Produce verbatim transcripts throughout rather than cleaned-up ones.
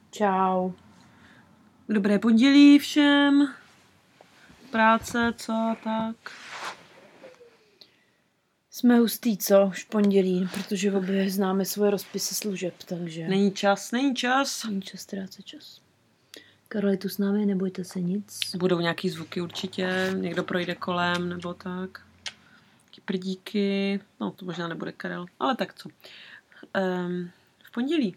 Čau. Dobré pondělí všem. Práce, co, tak. Jsme hustý, co? Už pondělí, protože obě známe svoje rozpisy služeb, takže... Není čas, není čas. Není čas, ztrácet čas. Karol je tu s námi, nebojte se nic. Budou nějaký zvuky určitě, někdo projde kolem, nebo tak. Taky prdíky, no to možná nebude Karel, ale tak co. Um, v pondělí.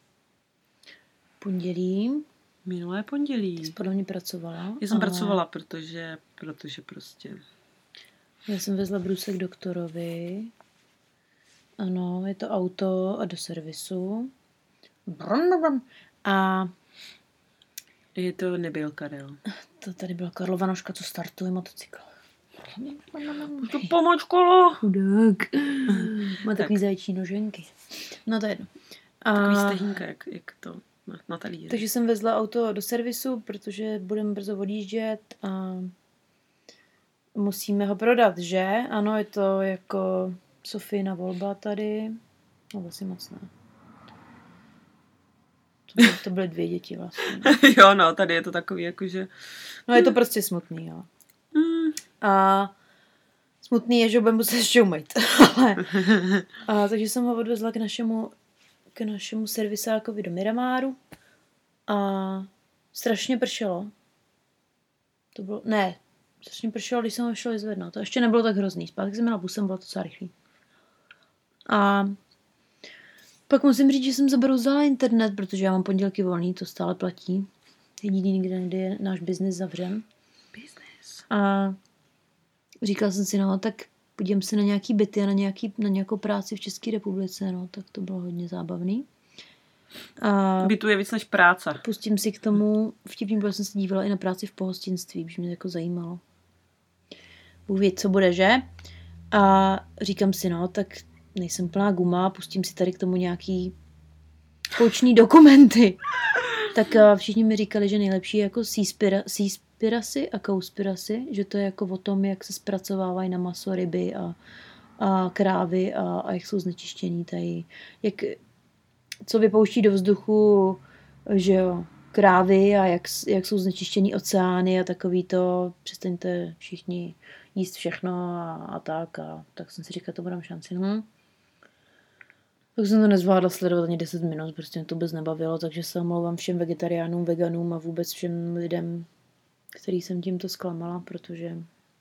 Pondělí. Minulé pondělí. Ty jsi podle mě pracovala. Já jsem ale... pracovala, protože, protože prostě... Já jsem vezla brůsek doktorovi. Ano, je to auto a do servisu. Brum, brum, brum. A... Je to nebyl Karel. To tady byla Karlova nožka, co startuje motocykl. To pomoc, kolo. Chudák. Má takový zajčí noženky. No to je jedno. A... Takový stehínka, jak, jak to na, na talíři. Takže jsem vezla auto do servisu, protože budeme brzo odjíždět a musíme ho prodat, že? Ano, je to jako Sofína volba tady. No vlastně moc ne. To byly, to byly dvě děti vlastně. Jo, no, tady je to takový jakože... No je to prostě smutný, jo. Mm. A smutný je, že budeme muset ještě umýt. Ale, a, takže jsem ho odvezla k našemu, k našemu servisákovi do Miramáru a strašně pršelo. To bylo, ne, strašně pršelo, když jsem ho šla vyzvednout. To ještě nebylo tak hrozný. Zpátky jsem měla busem, bylo to docela rychlý. A pak musím říct, že jsem zabrouzala internet, protože já mám pondělky volný, to stále platí. Jediný, kde někde je náš biznis zavřen. Business. A říkala jsem si, no, tak podívám se na nějaký byty a na, nějaký, na nějakou práci v České republice, no, tak to bylo hodně zábavný. A Bytu je víc než práce. pustím si k tomu, vtipný, protože jsem se dívala i na práci v pohostinství, protože mě to jako zajímalo. Bůh ví, co bude, že? A říkám si, no, tak nejsem plná guma, pustím si tady k tomu nějaký poučný dokumenty. Tak všichni mi říkali, že nejlepší je jako Seaspira, Seaspiracy a Cowspiracy, že to je jako o tom, jak se zpracovávají na maso ryby a, a krávy a, a jak jsou znečištění tady. Jak, co vypouští do vzduchu, že jo, krávy a jak, jak jsou znečištění oceány a takový to, přestaňte všichni jíst všechno a, a tak. A tak jsem si říkala, to budám šanci. Hm? Tak jsem to nezvládla sledovat ani deset minut, prostě mě to vůbec nebavilo, takže se omlouvám všem vegetariánům, veganům a vůbec všem lidem, který jsem tímto zklamala, protože...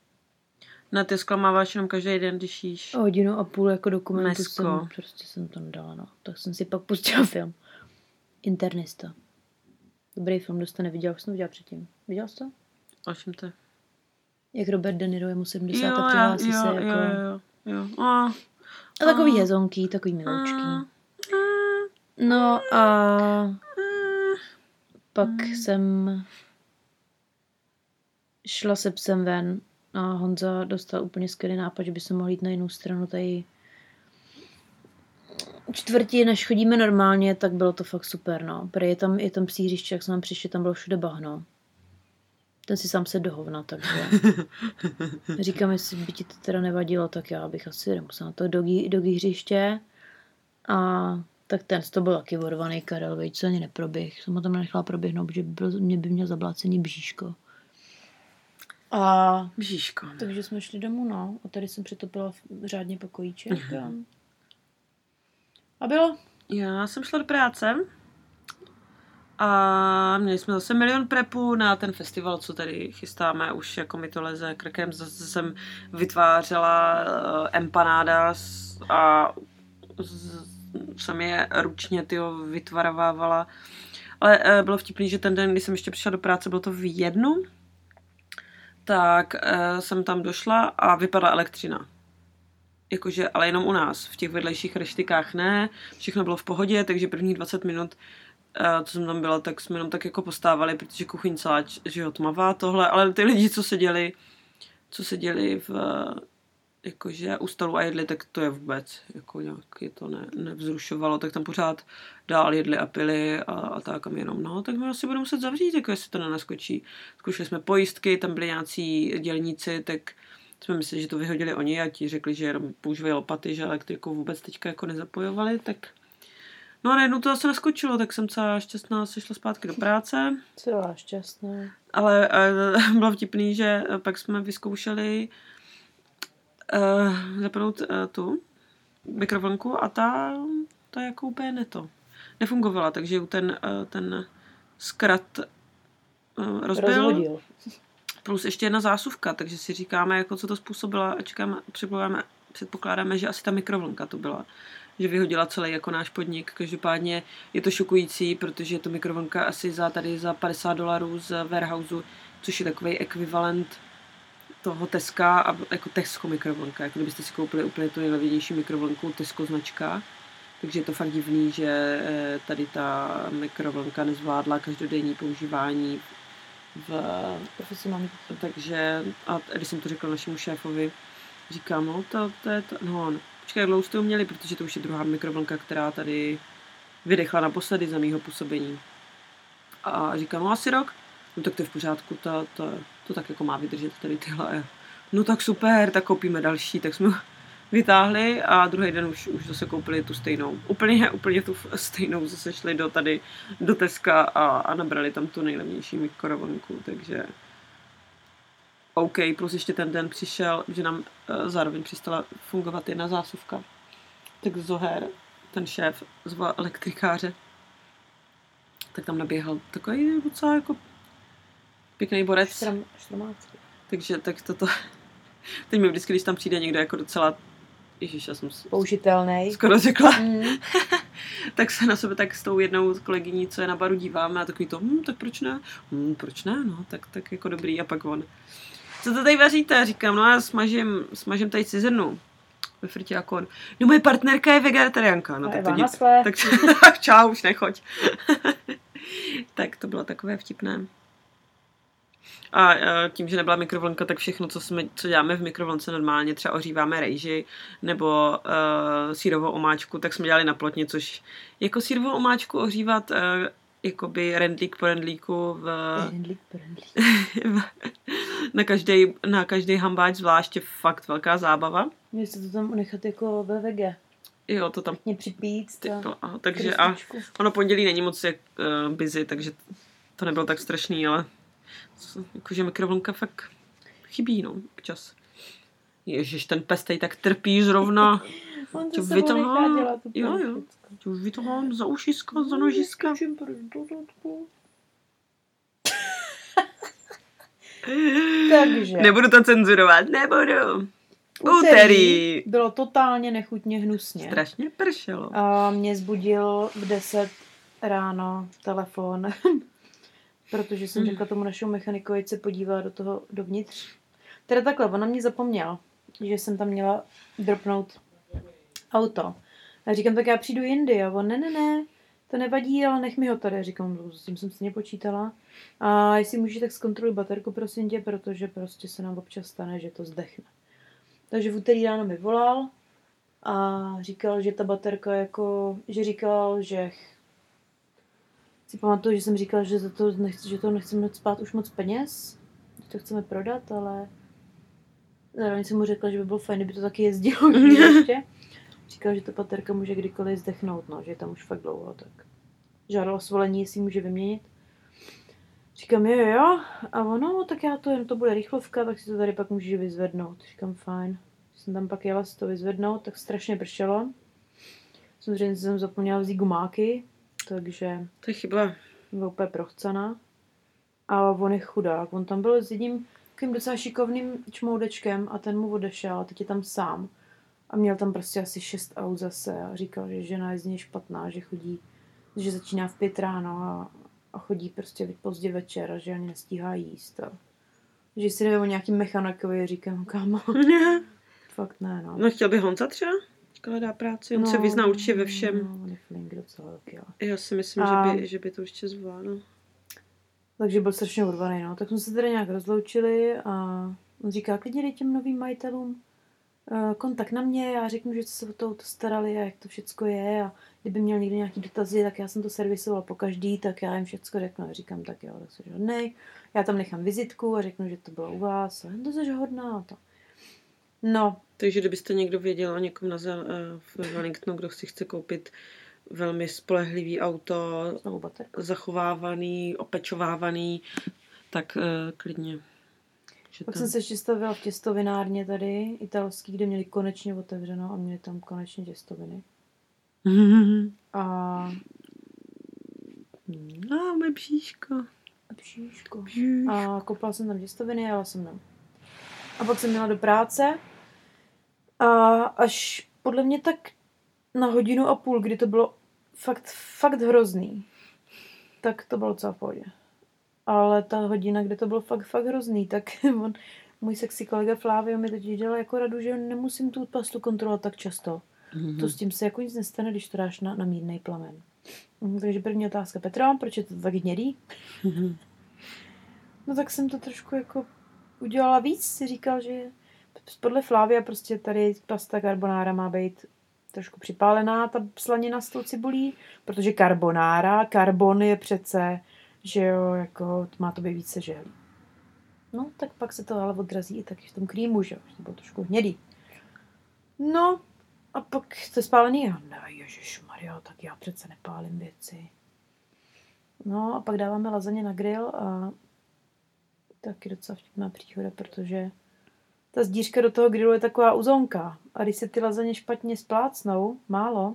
Na ty zklamáváš jenom každý den, když jíš. Hodinu a půl jako dokumentu Mesko. jsem, prostě jsem to nedala, no. Tak jsem si pak pustila film. Internista. Dobrý film, kdo jsi to neviděl, už jsem to viděla předtím. Viděl jsi to? O čem to je? Jak Robert De Niro je mu sedmdesát Jo, a já- přihlásí jo, se jo, jako... jo, jo. A, A takový a- hezonky, takový miloučky. a- No a pak jsem šla se psem ven a Honza dostal úplně skvělý nápad, že by se mohl jít na jinou stranu tady čtvrtí, než chodíme normálně, tak bylo to fakt super, no. Protože je tam, je tam psí hřiště, jak jsme tam přišli, tam bylo všude bahno. Ten si sám se do hovna, takže říkám, jestli by ti to teda nevadilo, tak já bych asi nemusela na to dogy, dogy hřiště. A tak ten to byl taky vorvaný Karel, veď, co ani neproběh. Jsem ho tam nechala proběhnout, protože by byl, mě by měl zablácený bříško. A Bříško. takže jsme šli domů, no. A tady jsem přitopila řádně pokojíček. Mhm. A bylo? Já jsem šla do práce a měli jsme zase milion prepů na ten festival, co tady chystáme. Už jako mi to leze krkem. Zase jsem vytvářela uh, empanádas a z, jsem je ručně tyjo, vytvarovávala. Ale uh, bylo vtipný, že ten den, kdy jsem ještě přišla do práce, bylo to v jednu, tak uh, jsem tam došla a vypadla elektřina. Jakože, ale jenom u nás, v těch vedlejších reštikách ne, všechno bylo v pohodě, takže prvních dvacet minut, uh, co jsem tam byla, tak jsme jenom tak jako postávali, protože kuchyň celá, že jo, tmavá tohle, ale ty lidi, co seděli, co seděli v, uh, jakože u stolu a jedli, tak to je vůbec, jako nějak je to ne, nevzrušovalo, tak tam pořád dál jedli a pili a, a tak a my jenom, no, tak my asi budeme muset zavřít, jako jestli to nenaskočí. Zkoušeli jsme pojistky, tam byli nějací dělníci, tak jsme mysleli, že to vyhodili oni a ti řekli, že jenom používají lopaty, že elektriku vůbec teďka jako nezapojovali, tak No a najednou to zase naskočilo, tak jsem celá šťastná se šla zpátky do práce. Celá šťastná. Ale uh, bylo vtipný, že pak jsme vyzkoušeli uh, zapnout uh, tu mikrovlnku a ta, ta jako úplně neto. Nefungovala, takže ten, uh, ten zkrat uh, rozbil. Rozhodil. Plus ještě jedna zásuvka, takže si říkáme, jako co to způsobila a čekáme, předpokládáme, předpokládáme, že asi ta mikrovlnka to byla. Že vyhodila celý jako náš podnik. Každopádně je to šokující, protože je to mikrovlnka asi za tady za padesát dolarů z Warehouse, což je takový ekvivalent toho Teska, a jako Tesco mikrovlnka, jako kdybyste si koupili úplně tu nejlevnější mikrovlnku Tesco značka. Takže je to fakt divný, že tady ta mikrovlnka nezvládla každodenní používání v profesionální. Takže, a když jsem to řekla našemu šéfovi, říkám, no to, to je to, no, no. Počkej, jak dlouho jste ho měli, protože to už je druhá mikrovlnka, která tady vydechla naposledy za mýho působení. A říkám, no asi rok. No tak to je v pořádku, to, to, to tak jako má vydržet tady tyhle. No tak super, tak koupíme další, tak jsme ho vytáhli a druhý den už, už zase koupili tu stejnou. Úplně, úplně tu stejnou zase šli do tady, do Teska a, a nabrali tam tu nejlevnější mikrovlnku, takže OK, plus ještě ten den přišel, že nám uh, zároveň přestala fungovat jedna zásuvka. Tak Zoher, ten šéf, zval elektrikáře, tak tam naběhal takový docela jako pěkný borec. Štram, štramácký. Takže tak toto, teď mi vždycky, když tam přijde někdo jako docela, ježiš, já jsem použitelný, skoro řekla, mm. tak se na sebe tak s tou jednou kolegyní, co je na baru, díváme a takový to, hm, tak proč ne? Hm, proč ne, no, tak, tak jako dobrý. A pak on, co to tady vaříte? Říkám, no já smažím, smažím tady cizrnu ve frtě a kon. No moje partnerka je vegetariánka. No, tak, to dě... tak, tak čau, už nechoď. Tak to bylo takové vtipné. A tím, že nebyla mikrovlnka, tak všechno, co, jsme, co děláme v mikrovlnce normálně, třeba ohříváme rejži nebo uh, sírovou omáčku, tak jsme dělali na plotně, což jako sírovou omáčku ohřívat uh, jakoby rendlík po rendlíku v, rendlík po rendlík. na každý na každý hambáč zvlášť je fakt velká zábava. Měli jste to tam nechat jako ve vege. Jo, to tam mě připít. A, takže a ono pondělí není moc jak uh, busy, takže to nebylo tak strašný, ale jakože mikrovlnka fakt chybí, no, občas. Ježiš, ten pes tady tak trpí zrovna. On to se vytáhám, dělat. Jo, jo. Tě už vytáhám za ušiska, za nožiska. Takže. Nebudu to cenzurovat, nebudu. Úterý. Bylo totálně nechutně hnusně. Strašně pršelo. A mě zbudil v deset ráno telefon, protože jsem řekla tomu našemu mechanikovi, ať se podívá do toho dovnitř. Teda takhle, on na mě zapomněl, že jsem tam měla dropnout auto. A říkám, tak já přijdu jindy. A on, ne, ne, ne, to nevadí, ale nech mi ho tady. Říkám, no, s tím jsem si nepočítala. A jestli můžeš, tak zkontroluj baterku, prosím tě, protože prostě se nám občas stane, že to zdechne. Takže v úterý ráno mi volal a říkal, že ta baterka jako, že říkal, že si pamatuju, že jsem říkala, že, za to nechci, že to nechceme spát už moc peněz, že to chceme prodat, ale zároveň jsem mu řekla, že by bylo fajn, kdyby to taky jezdilo ještě. Říkal, že ta baterka může kdykoliv zdechnout, no, že je tam už fakt dlouho, tak žádal svolení, jestli může vyměnit. Říkám, jo, jo, a ono, tak já to, jen to bude rychlovka, tak si to tady pak můžeš vyzvednout. Říkám, fajn. Jsem tam pak jela si to vyzvednout, tak strašně pršelo. Samozřejmě jsem zapomněla vzít gumáky, takže... To je chyba. Byla úplně prochcaná. A on je chudák. On tam byl s jedním takovým docela šikovným čmoudečkem a ten mu odešel a teď je tam sám. A měl tam prostě asi šest aut zase a říkal, že žena je z něj špatná, že chodí, že začíná v pět ráno a, a chodí prostě pozdě večer a že ani nestíhá jíst. A že si nevím o nějakým mechanikovi, říkám, kámo. Fakt ne, no. No chtěl by Honza třeba? Hledá práci, on no, se vyzná určitě ve všem. No, on je flink docela velký, ale. Já si myslím, a... že, by, že by to určitě zvládl. Takže byl strašně urvaný, no. Tak jsme se teda nějak rozloučili a on říká, klidně dej těm novým majitelům kontakt na mě, já řeknu, že jste se o to auto starali a jak to všecko je a kdyby měl někdy nějaký dotazy, tak já jsem to servisoval po každý, tak já jim všecko řeknu a říkám, tak jo, tak jsi hodnej, já tam nechám vizitku a řeknu, že to bylo u vás a to jsi hodná to. No. Takže kdybyste někdo věděl o někom na zel, v Wellingtonu, kdo si chce koupit velmi spolehlivý auto, Znovu baterka. zachovávaný, opečovávaný, tak uh, klidně. Že Pak tam... jsem se ještě stavila v těstovinárně tady, italský, kde měli konečně otevřeno a měli tam konečně těstoviny. A... A moje bříško. A bříško. Bříško. A koupila jsem tam těstoviny, jela jsem tam. A pak jsem měla do práce a až podle mě tak na hodinu a půl, kdy to bylo fakt, fakt hrozný, tak to bylo docela v pohodě. Ale ta hodina, kde to bylo fakt, fakt hrozný, tak on, můj sexy kolega Flávio mi totiž dělal jako radu, že nemusím tu pastu kontrolovat tak často. Mm-hmm. To s tím se jako nic nestane, když to dáš na, na mírnej plamen. Mm, takže první otázka, Petra, proč je to tak hnědý? Mm-hmm. No tak jsem to trošku jako udělala víc, si říkal, že podle Flávia prostě tady pasta carbonara má být trošku připálená, ta slanina s tou cibulí, protože carbonara, karbon je přece, že jo, jako má to být více žehlí. No, tak pak se to ale odrazí i taky v tom krýmu, že jo, že to bylo trošku hnědý. No, a pak to je spálený a ne, ježišmarja, tak já přece nepálím věci. No, a pak dáváme lazaně na grill a taky docela vtipná příhoda, protože ta zdířka do toho grillu je taková uzonka. A když se ty lazaně špatně splácnou, málo,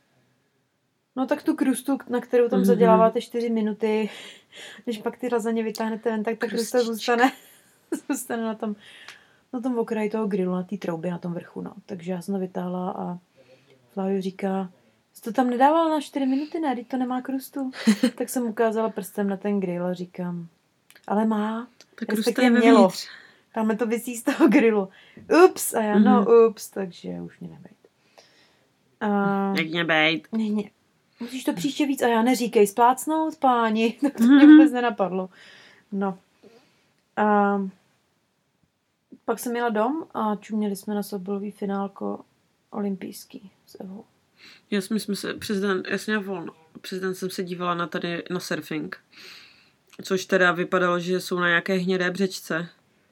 no tak tu krustu, na kterou tam mm-hmm. zaděláváte čtyři minuty, když pak ty lazaně vytáhnete ven, tak ta krusta zůstane, zůstane na tom, na tom okraji toho grillu, na té troubě, na tom vrchu. No. Takže já jsem to vytáhla a Flavio říká, jsi to tam nedával na čtyři minuty, ne? Teď to nemá krustu. Tak jsem ukázala prstem na ten grill a říkám, ale má. Ta krusta je mělo. Vevnitř. Tam to visí z toho grillu. Ups, a já mm-hmm. no ups, takže už mě nebejt. A... Jak mě bejt. Ne, ne. Musíš to příště víc a já neříkej splácnout, páni. To mm-hmm. mě vůbec nenapadlo. No. A... Pak jsem jela dom a čuměli jsme na sobolový finálko olympijský s Evou. Já jsme se přes den, jasně volno, přes den jsem se dívala na tady na surfing. Což teda vypadalo, že jsou na nějaké hnědé břečce.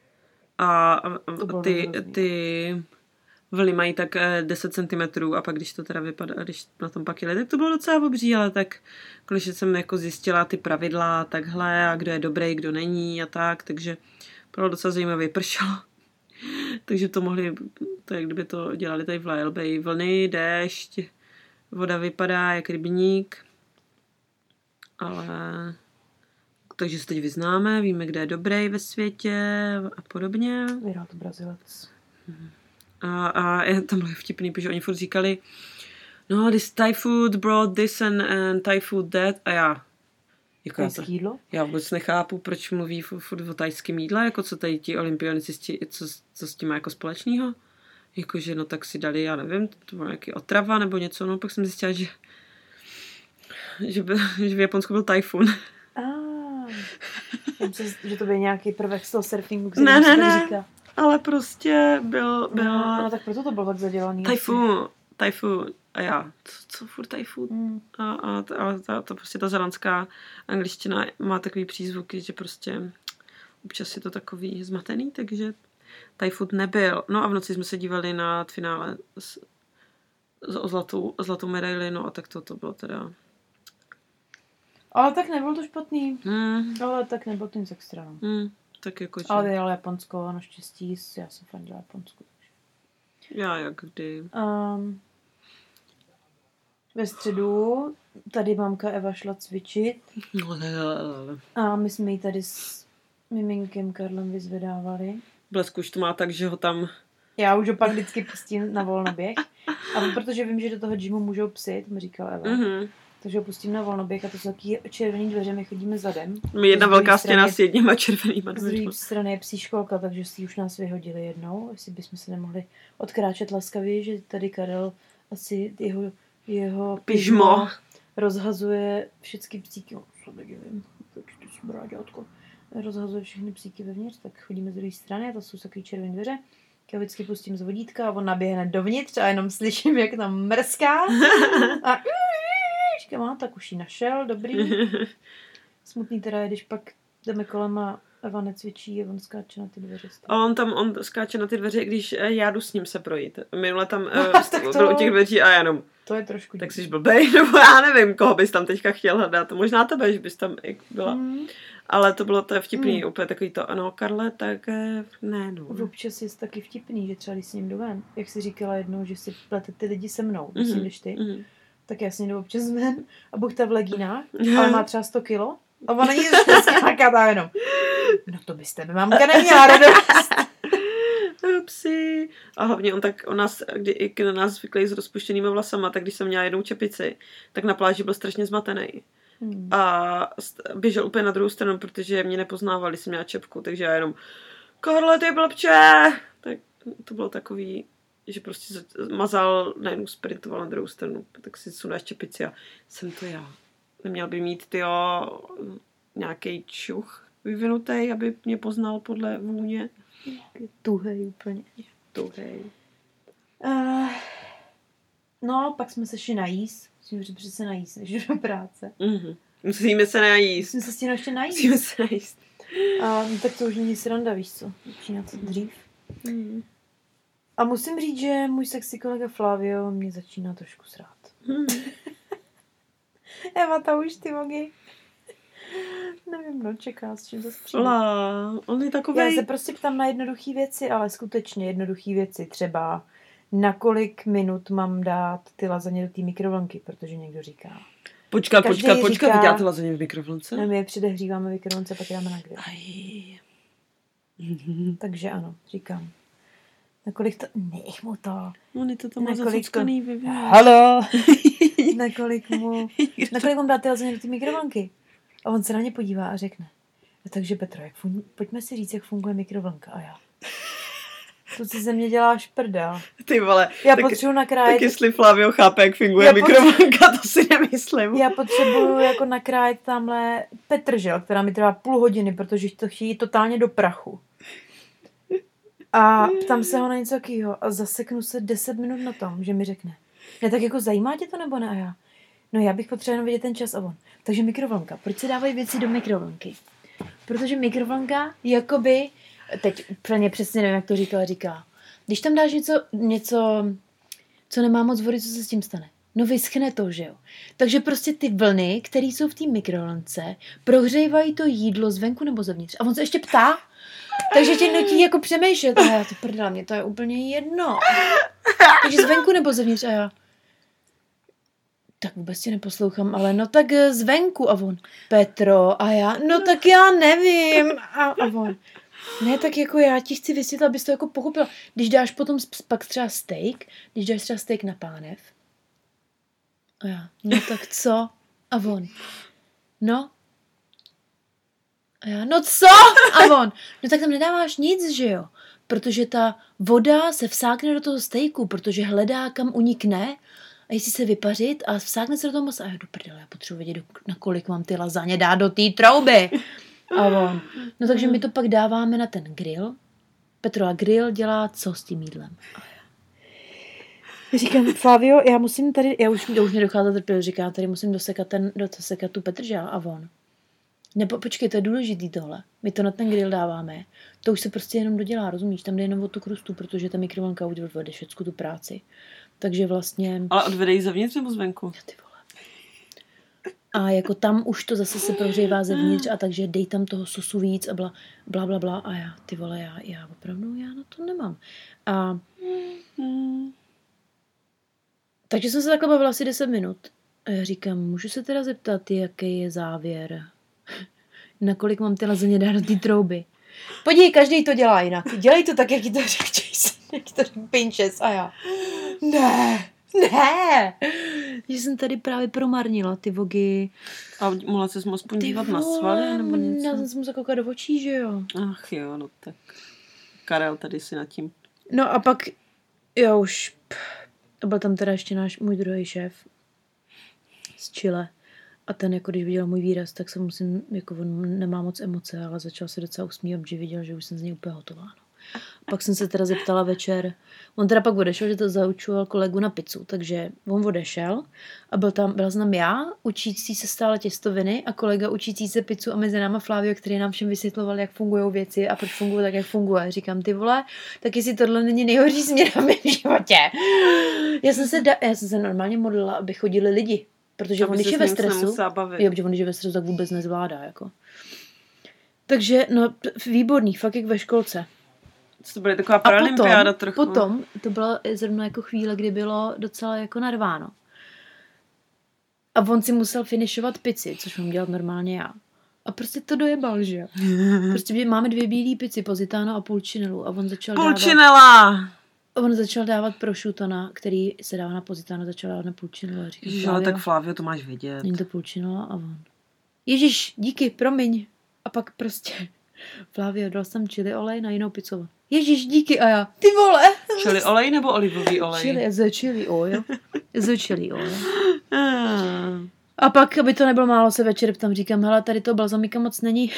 A ty, ty vlny mají tak deset centimetrů a pak když to teda vypadá, když na tom pak jeli, tak to bylo docela obří, ale tak když jsem jako zjistila ty pravidla takhle a kdo je dobrý, kdo není a tak, takže bylo docela zajímavé, pršelo. Takže to mohli, to je, kdyby to dělali tady v Lyle Bay, vlny, déšť, voda vypadá jak rybník, ale... Takže se teď vyznáme, víme, kde je dobrý ve světě a podobně. Vyhrál to Brazilec. A, a tam bylo vtipný, protože oni furt říkali, no, this Thai food brought this and, and Thai food that. A já, jako já, to, já vůbec nechápu, proč mluví furt, furt o thajském jídle, jako co tady ti olympionici, co, co s tím má jako společného. Jakože, no tak si dali, já nevím, to bylo nějaký otrava nebo něco, no pak jsem zjistila, že, že, by, že v Japonsku byl tajfun. Myslím, že to byl nějaký prvek z toho surfingu, který ne, se ne, tak ne. říká. Ale prostě byl... byl... No, no, tak proto to bylo tak zadělaný. Tajfun, tajfun. A já, co, co furt tajfun? Mm. A, a, a ta, ta, prostě ta zelandská angličtina má takový přízvuky, že prostě občas je to takový zmatený, takže tajfun nebyl. No a v noci jsme se dívali na finále s, o zlatou, zlatou medaili, no a tak to, to bylo teda... Ale tak nebylo to špatný. Mm. Ale tak nebylo to nic extra. Mm. Tak jako, že... Ale vyhrál Japonsko a naštěstí já jsem fandila Japonsku. Takže. Já jak kdy. Um, ve středu tady mamka Eva šla cvičit. No, ne, ne, ne. A my jsme ji tady s miminkem Karlem vyzvedávali. Blesk už to má tak, že ho tam... Já už ho pak vždycky pustím na volnoběh. A protože vím, že do toho gymu můžou psi, to mi říkala Eva. Mm-hmm. Takže ho pustím na volnoběh a to jsou taky červený dveře, my chodíme zadem. My jedna velká stěna s jedněma červenýma dveřma. Z druhé strany je psí školka, takže si už nás vyhodili jednou. Jestli bychom se nemohli odkráčet laskavě, že tady Karel asi jeho, jeho pyžmo rozhazuje všechny psíky. No, co nevím, proč ty jsi bráďátko. Rozhazuje všechny psíky vevnitř, tak chodíme z druhé strany a to jsou takový červené dveře. Já vždycky pustím z vodítka a on naběhne dovnitř a jenom slyším, jak tam mrská. A říkám, tak už ji našel, dobrý. Smutný teda je, když pak jdeme kolem a Eva necvičí, on skáče na ty dveře. A on tam, on skáče na ty dveře, když já jdu s ním se projít. Minule tam uh, to... byl u těch dveří a já jenom... To je trošku... Tak jsi blbej, nebo já nevím, koho bys tam teďka chtěl hledat. Možná tebe, že bys tam byla. Mm. Ale to bylo to je vtipný, mm. úplně takový to, ano, Karle, tak ne, no. Občas je taky vtipný, že třeba když s ním jdu ven, jak jsi říkala jednou, že si plete ty lidi se mnou, mm-hmm. myslím, když ty, mm-hmm. tak já s ním jdu občas ven a Buchta v legínách, ale má třeba sto kilo a ona jí zkátá jenom. No to byste mi mamka neměla radost. Upsi. A hlavně on tak, on nás, kdy i na nás zvyklý s rozpuštěnýma vlasama, tak když jsem měla jednou čepici, tak na pláži byl strašně zmatený. Hmm. A běžel úplně na druhou stranu, protože mě nepoznávali, jsem měla čepku, takže já jenom Karle, ty blbče! Tak to bylo takový, že prostě mazal, najednou sprintoval na druhou stranu, tak si sunáš čepici a jsem to já. Neměl by mít, tyjo, nějaký čuch vyvinutý, aby mě poznal podle vůně. Tuhej úplně. Tuhej. Uh, no, pak jsme se šli najíst. Musíme se přece najíst, než jdu do práce. Mm-hmm. Musíme se najíst. Musíme se stěno ještě najíst. Musíme se najíst. A no, tak to už není sranda, víš co? Začíná to dřív. Mm. A musím říct, že můj sexy kolega Flavio mě začíná trošku srát. Mm. Eva, ta už ty mogy. Nevím, no, čeká, s čím to přijde. La, on je takovej... Já se prostě ptám na jednoduché věci, ale skutečně jednoduché věci. Třeba na kolik minut mám dát ty lazaně do té mikrovlnky, protože někdo říká. Počkat, počkat, počkat, vy děláte lazaně v mikrovlnce? No, my je předehříváme v mikrovlnce, pak dáme na grill. Aj. Takže ano, říkám. Na kolik to... Nech mu to. On je to tam zacuckaný vyvíjí. Halo! na kolik mu... Na kolik mu dát ty lazaně do té mikrovlnky? A on se na mě podívá a řekne. No, takže Petro, jak fun... pojďme si říct, jak funguje mikrovlnka. A já. To si ze mě děláš prdel. Ty vole. Já tak, potřebuji nakrájet... Tak jestli Flavio chápe, jak funguje mikrovlnka, to si nemyslím. Já potřebuju jako nakrájet tamhle petržel, která mi trvá půl hodiny, protože to chtějí totálně do prachu. A ptám se ho na něco takového a zaseknu se deset minut na tom, že mi řekne. Ne, tak jako zajímá tě to nebo ne? A já. No já bych potřebovala jenom vidět ten čas a on. Takže mikrovlnka. Proč se dávají věci do mikrovlnky? Protože mikrovlnka jakoby... Teď úplně přesně nevím, jak to říkala, říká. Když tam dáš něco, něco, co nemá moc vody, co se s tím stane? No vyschne to, že jo? Takže prostě ty vlny, které jsou v té mikrovlnce, prohřívají to jídlo zvenku nebo zevnitř. A on se ještě ptá, takže tě nutí jako přemýšlet. A já, ty prdela, mě to je úplně jedno. Takže zvenku nebo zevnitř? A já, tak vůbec tě neposlouchám, ale no tak zvenku. A on, Petro, a já, no tak já nevím. A, a on, ne, tak jako já ti chci vysvětlit, abys to jako pochopila. Když dáš potom pak třeba steak, když dáš třeba steak na pánev. A já, no tak co? A on, no. A já, no co? A on, no tak tam nedáváš nic, že jo? Protože ta voda se vsákne do toho steaku, protože hledá, kam unikne. A jestli se vypařit a vsákne se do toho masa. A já, do prdele, já potřebuji vědět, na kolik mám ty lazaně dát do té trouby. A on, no takže my to pak dáváme na ten grill. Petro, a grill dělá co s tím jídlem? Říkám, Flavio, já musím tady, já už, já už mě dochází trpěl, říká, tady musím dosekat, ten, dosekat tu petržel. A on, nebo počkej, to je důležitý tohle. My to na ten grill dáváme. To už se prostě jenom dodělá, rozumíš? Tam jde jenom o tu krustu, protože ta mikrovlnka už odvede všecku tu práci. Takže vlastně... Ale odvede ji zevnitř nebo zvenku? Ty vole. A jako tam už to zase se prohřívá zevnitř a takže dej tam toho sosu víc a bla, bla, bla, bla. A já, ty vole, já, já opravdu, já na to nemám. A... Mm, takže jsem se takhle bavila asi deset minut. A já říkám, můžu se teda zeptat, jaký je závěr? Nakolik mám ty lazaně dát do té trouby? Podívej, každý to dělá jinak. Dělej to tak, jak ti to řekl Jason, jak ti to řekl Pinches. A já, ne, ne. Že jsem tady právě promarnila ty vogy. A mohla ses mu aspoň dívat na svaly nebo něco? Já jsem se musela koukat do očí, že jo. Ach jo, no tak. Karel tady si nad tím. No a pak, já už, a byl tam teda ještě náš, můj druhý šéf z Chile. A ten, jako když viděl můj výraz, tak se musím, jako on nemá moc emoce, ale začal se docela usmívat, že viděl, že už jsem z něj úplně hotová. No. Pak jsem se teda zeptala večer. On teda pak odešel, že to zaučoval kolegu na pizzu, takže on odešel a byl tam, byla tam já, učící se stále těstoviny a kolega učící se pizzu a mezi náma Flávio, který nám všem vysvětloval, jak fungují věci a proč fungují tak, jak funguje. Říkám, ty vole, tak jestli tohle není nejhorší směr na mém životě. Já jsem se, da, já jsem se normálně modlila, aby chodili lidi, protože on, když je ve stresu, jo, protože on, když je ve stresu, tak vůbec nezvládá, jako. Takže, no, výborný, fakt jak ve školce. To byla taková paralympiáda trochu. Potom, to byla zrovna jako chvíle, kdy bylo docela jako narváno. A on si musel finišovat pici, což mám dělat normálně já. A prostě to dojebal, že jo. Prostě máme dvě bílé pici, Positano a Pulcinellu. A on začal Pulcinella! dávat... On začal dávat prosciutto, který se dává na Positano, začal dávat na Pulcinellu. A říkám, Ježiš, ale tak Flávio, to máš vědět. Není to Pulcinella a on. Ježiš, díky, promiň. A pak prostě Flávio, dal jsem chili olej na jinou pizzu. Ježiš, díky a já, ty vole. Chili olej nebo olivový olej? Chili, the chili oil. The chili oil. A pak, aby to nebylo málo, se večer tam říkám, hele, tady to balzamika moc není.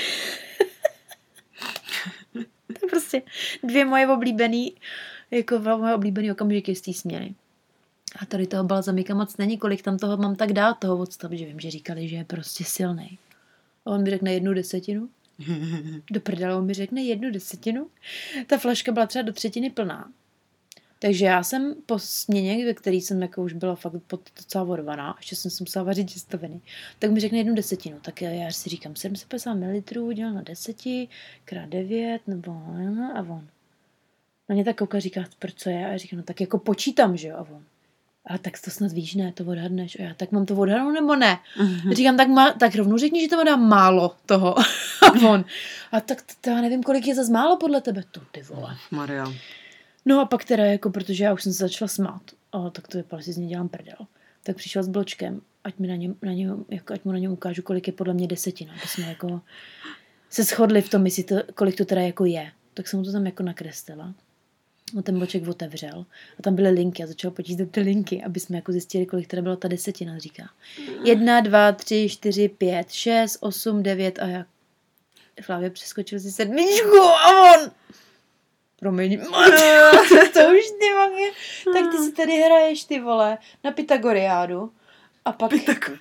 To prostě dvě moje oblíbený, jako moje oblíbený okamžiky z té směny. A tady toho balzamika moc není, kolik tam toho mám tak dát, toho odstavu, že vím, že říkali, že je prostě silnej. A on mi řekne jednu desetinu. Do prdele, on mi řekne jednu desetinu. Ta flaška byla třeba do třetiny plná. Takže já jsem po směně, ve který jsem jako už byla fakt docela odvaná, ještě jsem si musela vařit těstoviny, tak mi řekne jednu desetinu. Tak já si říkám sedm set padesát mililitrů dělal na deseti, krát devět, nebo a on. Na mě tak kouká, říká, proč co je? A já říkám, no tak jako počítám, že jo? A on. Ale tak to snad víš, ne, to odhadneš. A já, tak mám to odhadnout nebo ne? Mm-hmm. Říkám, tak, má, tak rovnou řekni, že to dá málo toho. A on. A tak to já nevím, kolik je zase málo podle tebe. To ty vole. Maria. No a pak teda, jako, protože já už jsem se začala smát. A tak to vypadalo, si z něj dělám prdel. Tak přišel s bločkem, ať, mi na něm, na něm, jako, ať mu na něm ukážu, kolik je podle mě desetina. Aby jsme jako se shodli v tom, jestli to, kolik to teda jako je. Tak jsem mu to tam jako nakreslila. No ten bloček otevřel a tam byly linky a začal počítat ty linky, aby jsme jako zjistili, kolik teda byla ta desetina, říká. Jedna, dva, tři, čtyři, pět, šest, osm, devět a já Flávě přeskočil si sedmičku a on promiň, to už ty mange. Tak ty si tady hraješ, ty vole, na Pythagoriádu a pak... Pythagor...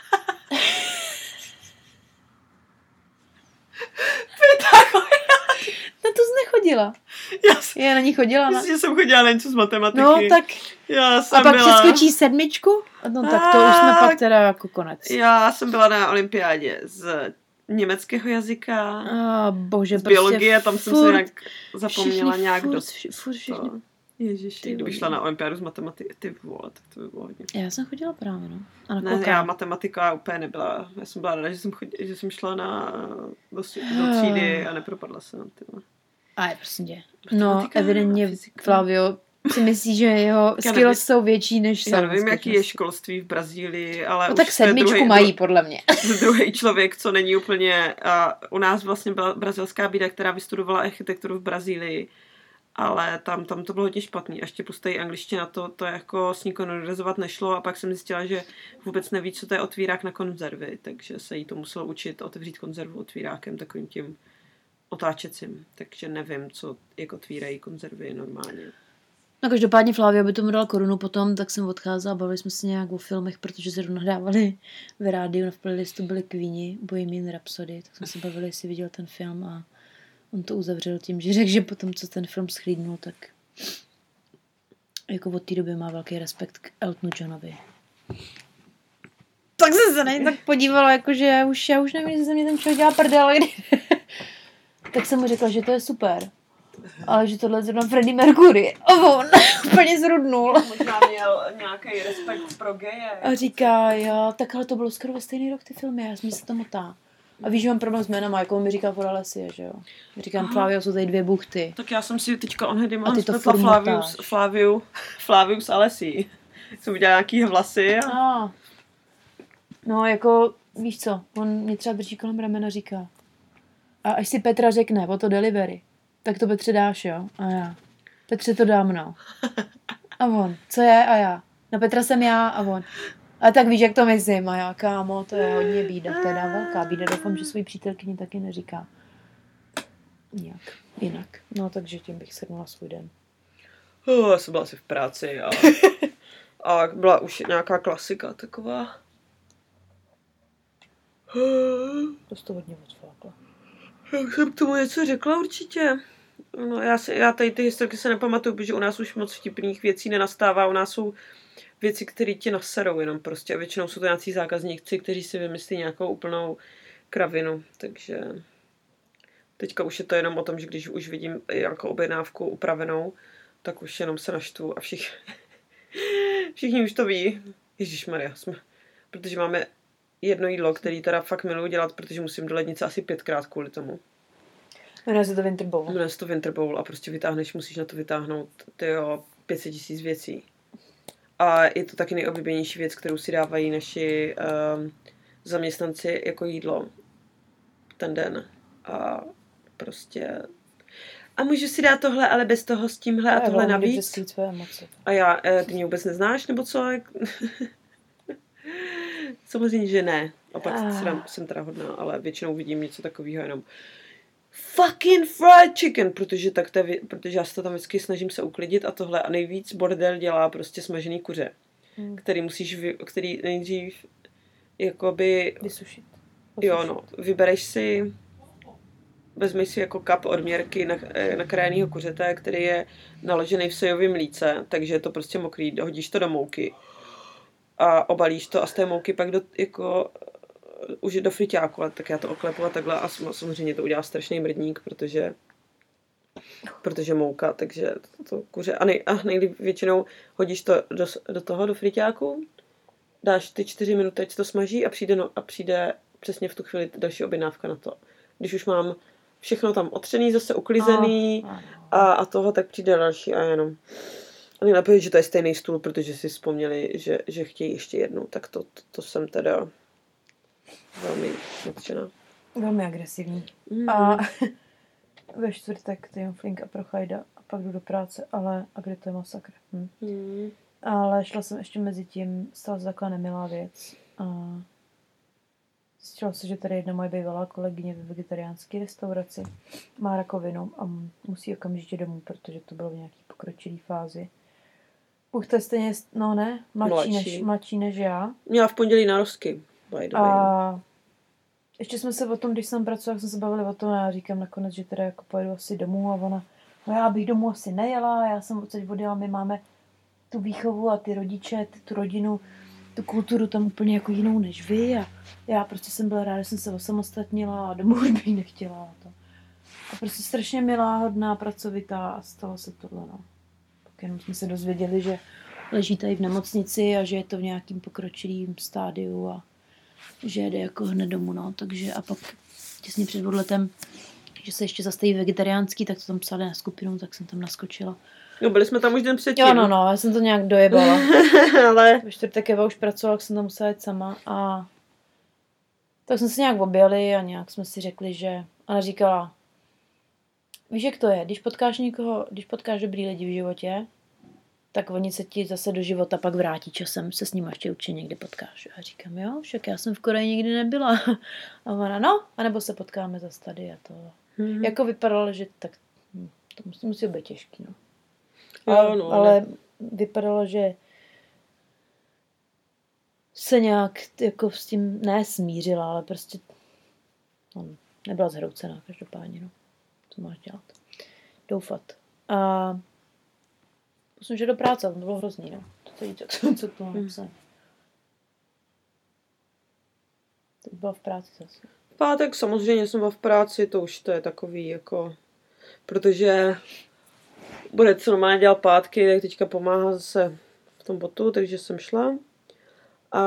Na to jsi nechodila. Já, jsem, já na ní chodila. Myslím, že jsem chodila na něco z matematiky. No, tak... Já jsem a pak byla... přeskočí sedmičku? No tak to už jsme pak teda jako konec. Já jsem byla na olympiádě z německého jazyka, oh, bože, z biologie, tam jsem furt, se nějak zapomněla nějak furt, dost. Furt všichni. Ježiši, kdyby šla na olympiádu z matematiky, ty vole, tak to by bylo hodně. Já jsem chodila právě, no. A na ne, já matematika úplně nebyla. Já jsem byla ráda, že jsem, chodila, že jsem šla na, do, do třídy a nepropadla jsem. A je prostě tě. No, evidentně Flavio si myslí, že jeho skills jsou větší než já nevím, jaký je školství v Brazílii, ale no, tak sedmičku druhý, mají, podle mě. Druhý člověk, co není úplně... A u nás vlastně byla brazilská bída, která vystudovala architekturu v Brazílii, ale tam, tam to bylo hodně špatný. A ještě pustej angličtina, to, to jako s ní konverzovat nešlo a pak jsem zjistila, že vůbec neví, co to je otvírák na konzervy, takže se jí to muselo učit otevřít konzervu otvírákem takovým tím otáčecím, takže nevím, co jak otvírají konzervy normálně. No každopádně Flávia by tomu dala korunu potom, tak jsem odcházela, bavili jsme se nějak o filmech, protože se nahrávali v rádiu, v playlistu byli Queeni, Bohemian Rhapsody, tak jsme se bavili, jestli viděl ten film a on to uzavřel tím, že řekl, že potom, co ten film schlídnul, tak jako od té doby má velký respekt k Eltonu Johnovi. Tak jsem se na něj tak podívala, jakože já už, já už nevím, jestli se mě ten člověk dělá prdel, kdy... Tak jsem mu řekla, že to je super. Ale že tohle je zrovna Freddie Mercury. A on úplně zrudnul. Možná měl nějaký respekt pro geje. A říká, jo, tak ale to bylo skoro ve stejný rok ty filmy, já jsem se to motá. A víš, že mám problém s jménama, jako mi říká Fora Lesie, že jo. Říkám, Flavio, jsou tady dvě buchty. Tak já jsem si teďka onhedy mám spletla Flavius, Flavius, Flavius Alesi. Jsem udělala nějaký vlasy. A... a. No, jako, víš co, on mě třeba drží kolem ramena, říká. A až si Petra řekne o to delivery, tak to Petře dáš, jo? A já. Petře to dám, no. A on. Co je? A já. No Petra jsem já a on. A tak víš, jak to myslím. A já, kámo, to je hodně bída. Teda velká bída. Doufám, že svůj přítelkyni taky neříká. nějak jinak. No, takže tím bych shrnula svůj den. Oh, já jsem byla asi v práci a, a byla už nějaká klasika taková. To jsi to hodně odflákla. Jak jsem k tomu něco řekla určitě. No, já, si, já tady ty historky se nepamatuju, protože u nás už moc vtipných věcí nenastává. U nás jsou věci, které ti naserou jenom prostě. A většinou jsou to nějací zákazníci, kteří si vymyslí nějakou úplnou kravinu. Takže teďka už je to jenom o tom, že když už vidím nějakou objednávku upravenou, tak už jenom se naštvu a všichni, všichni už to ví. Ježišmarja, jsme, protože máme jedno jídlo, který teda fakt miluji dělat, protože musím do lednice asi pětkrát kvůli tomu. Jmenuje se to Winter Bowl. Jmenuje se to Winter Bowl a prostě vytáhneš, musíš na to vytáhnout tyjo, pět set tisíc věcí. A je to taky nejoblíbenější věc, kterou si dávají naši um, zaměstnanci jako jídlo ten den. A prostě... A můžu si dát tohle, ale bez toho s tímhle a tohle navíc. A já, ty mě vůbec neznáš, nebo co? Samozřejmě, že ne. A pak ah. jsem teda hodná, ale většinou vidím něco takového jenom fucking fried chicken, protože, tak to je, protože já se to tam vždycky snažím se uklidit a tohle. A nejvíc bordel dělá prostě smažený kuře, hmm. který musíš, vy, který nejdřív jakoby... Vysušit. Jo, no. Vybereš si, vezmeš si jako kap odměrky na, nakrájenýho kuřete, který je naložený v sojovém mlíce, takže je to prostě mokrý, hodíš to do mouky a obalíš to a z té mouky pak do, jako, už do friťáku, ale tak já to oklepu a takhle a samozřejmě to udělá strašný mrdník, protože protože mouka, takže to, to kuře a, nej, a nejlíp většinou hodíš to do, do toho, do friťáku, dáš ty čtyři minuty, ať to smaží a přijde, no, a přijde přesně v tu chvíli další objednávka na to. Když už mám všechno tam otřený, zase uklizený a, a toho, tak přijde další a jenom. A nejlepší, že to je stejný stůl, protože si vzpomněli, že, že chtějí ještě jednu, tak to, to, to jsem teda velmi nadšená. Velmi agresivní. Mm. A ve čtvrtek ty Flinka pro Chajda a pak jdu do práce, ale a kde to je masakr. Hm. Mm. Ale šla jsem ještě mezi tím, stala se taková nemilá věc. A zjistila se, že tady jedna moje bývalá kolegyně ve vegetariánské restauraci má rakovinu a musí okamžitě domů, protože to bylo v nějaký pokročilý fázi. Už to je stejně, no ne, mladší, mladší. Než, mladší než já. Měla v pondělí narozky. A ještě jsme se o tom, když jsem pracovala, jsme se bavili o tom a já říkám nakonec, že teda jako pojedu asi domů a ona, no já bych domů asi nejela, já jsem odsaď odjela, my máme tu výchovu a ty rodiče, ty, tu rodinu, tu kulturu tam úplně jako jinou než vy a já prostě jsem byla ráda, že jsem se osamostatnila a domů bych nechtěla. A, to. A prostě strašně milá, hodná, pracovitá a stalo se tohle, no. Pak jenom jsme se dozvěděli, že leží tady v nemocnici a že je to v nějakým pokročilým stádiu a že jde jako hned domů, no. Takže a pak těsně před odletem, že se ještě zastaví vegetariánský, tak to tam psali na skupinu, tak jsem tam naskočila. No, byli jsme tam už den předtím. Jo, no, no, já jsem to nějak dojebala. Ale ve čtvrtek Eva už pracovala, tak jsem tam musela jít sama a tak jsme se nějak objeli a nějak jsme si řekli, že ona říkala, víš, jak to je, když potkáš někoho, když potkáš dobrý lidi v životě, tak oni se ti zase do života pak vrátí časem, se s ním ještě určitě někdy potkáš. A říkám, jo, však já jsem v Koreji nikdy nebyla. A ona, no, anebo se potkáme zase tady a to. Mm-hmm. Jako vypadalo, že tak, hm, to musí, musí být těžký, no. Jo, no, ale ne. vypadalo, že se nějak jako s tím ne smířila, ale prostě no, nebyla zhroucená každopádně, no. Co máš dělat? Doufat. A musím, že do práce, to bylo hrozný, no. To co, co, co to mám napsat. Teď byla v práci zase. Pátek samozřejmě jsem byla v práci, to už to je takový jako, protože bude co normálně dělat pátky, tak teďka pomáhá zase v tom botu, takže jsem šla. A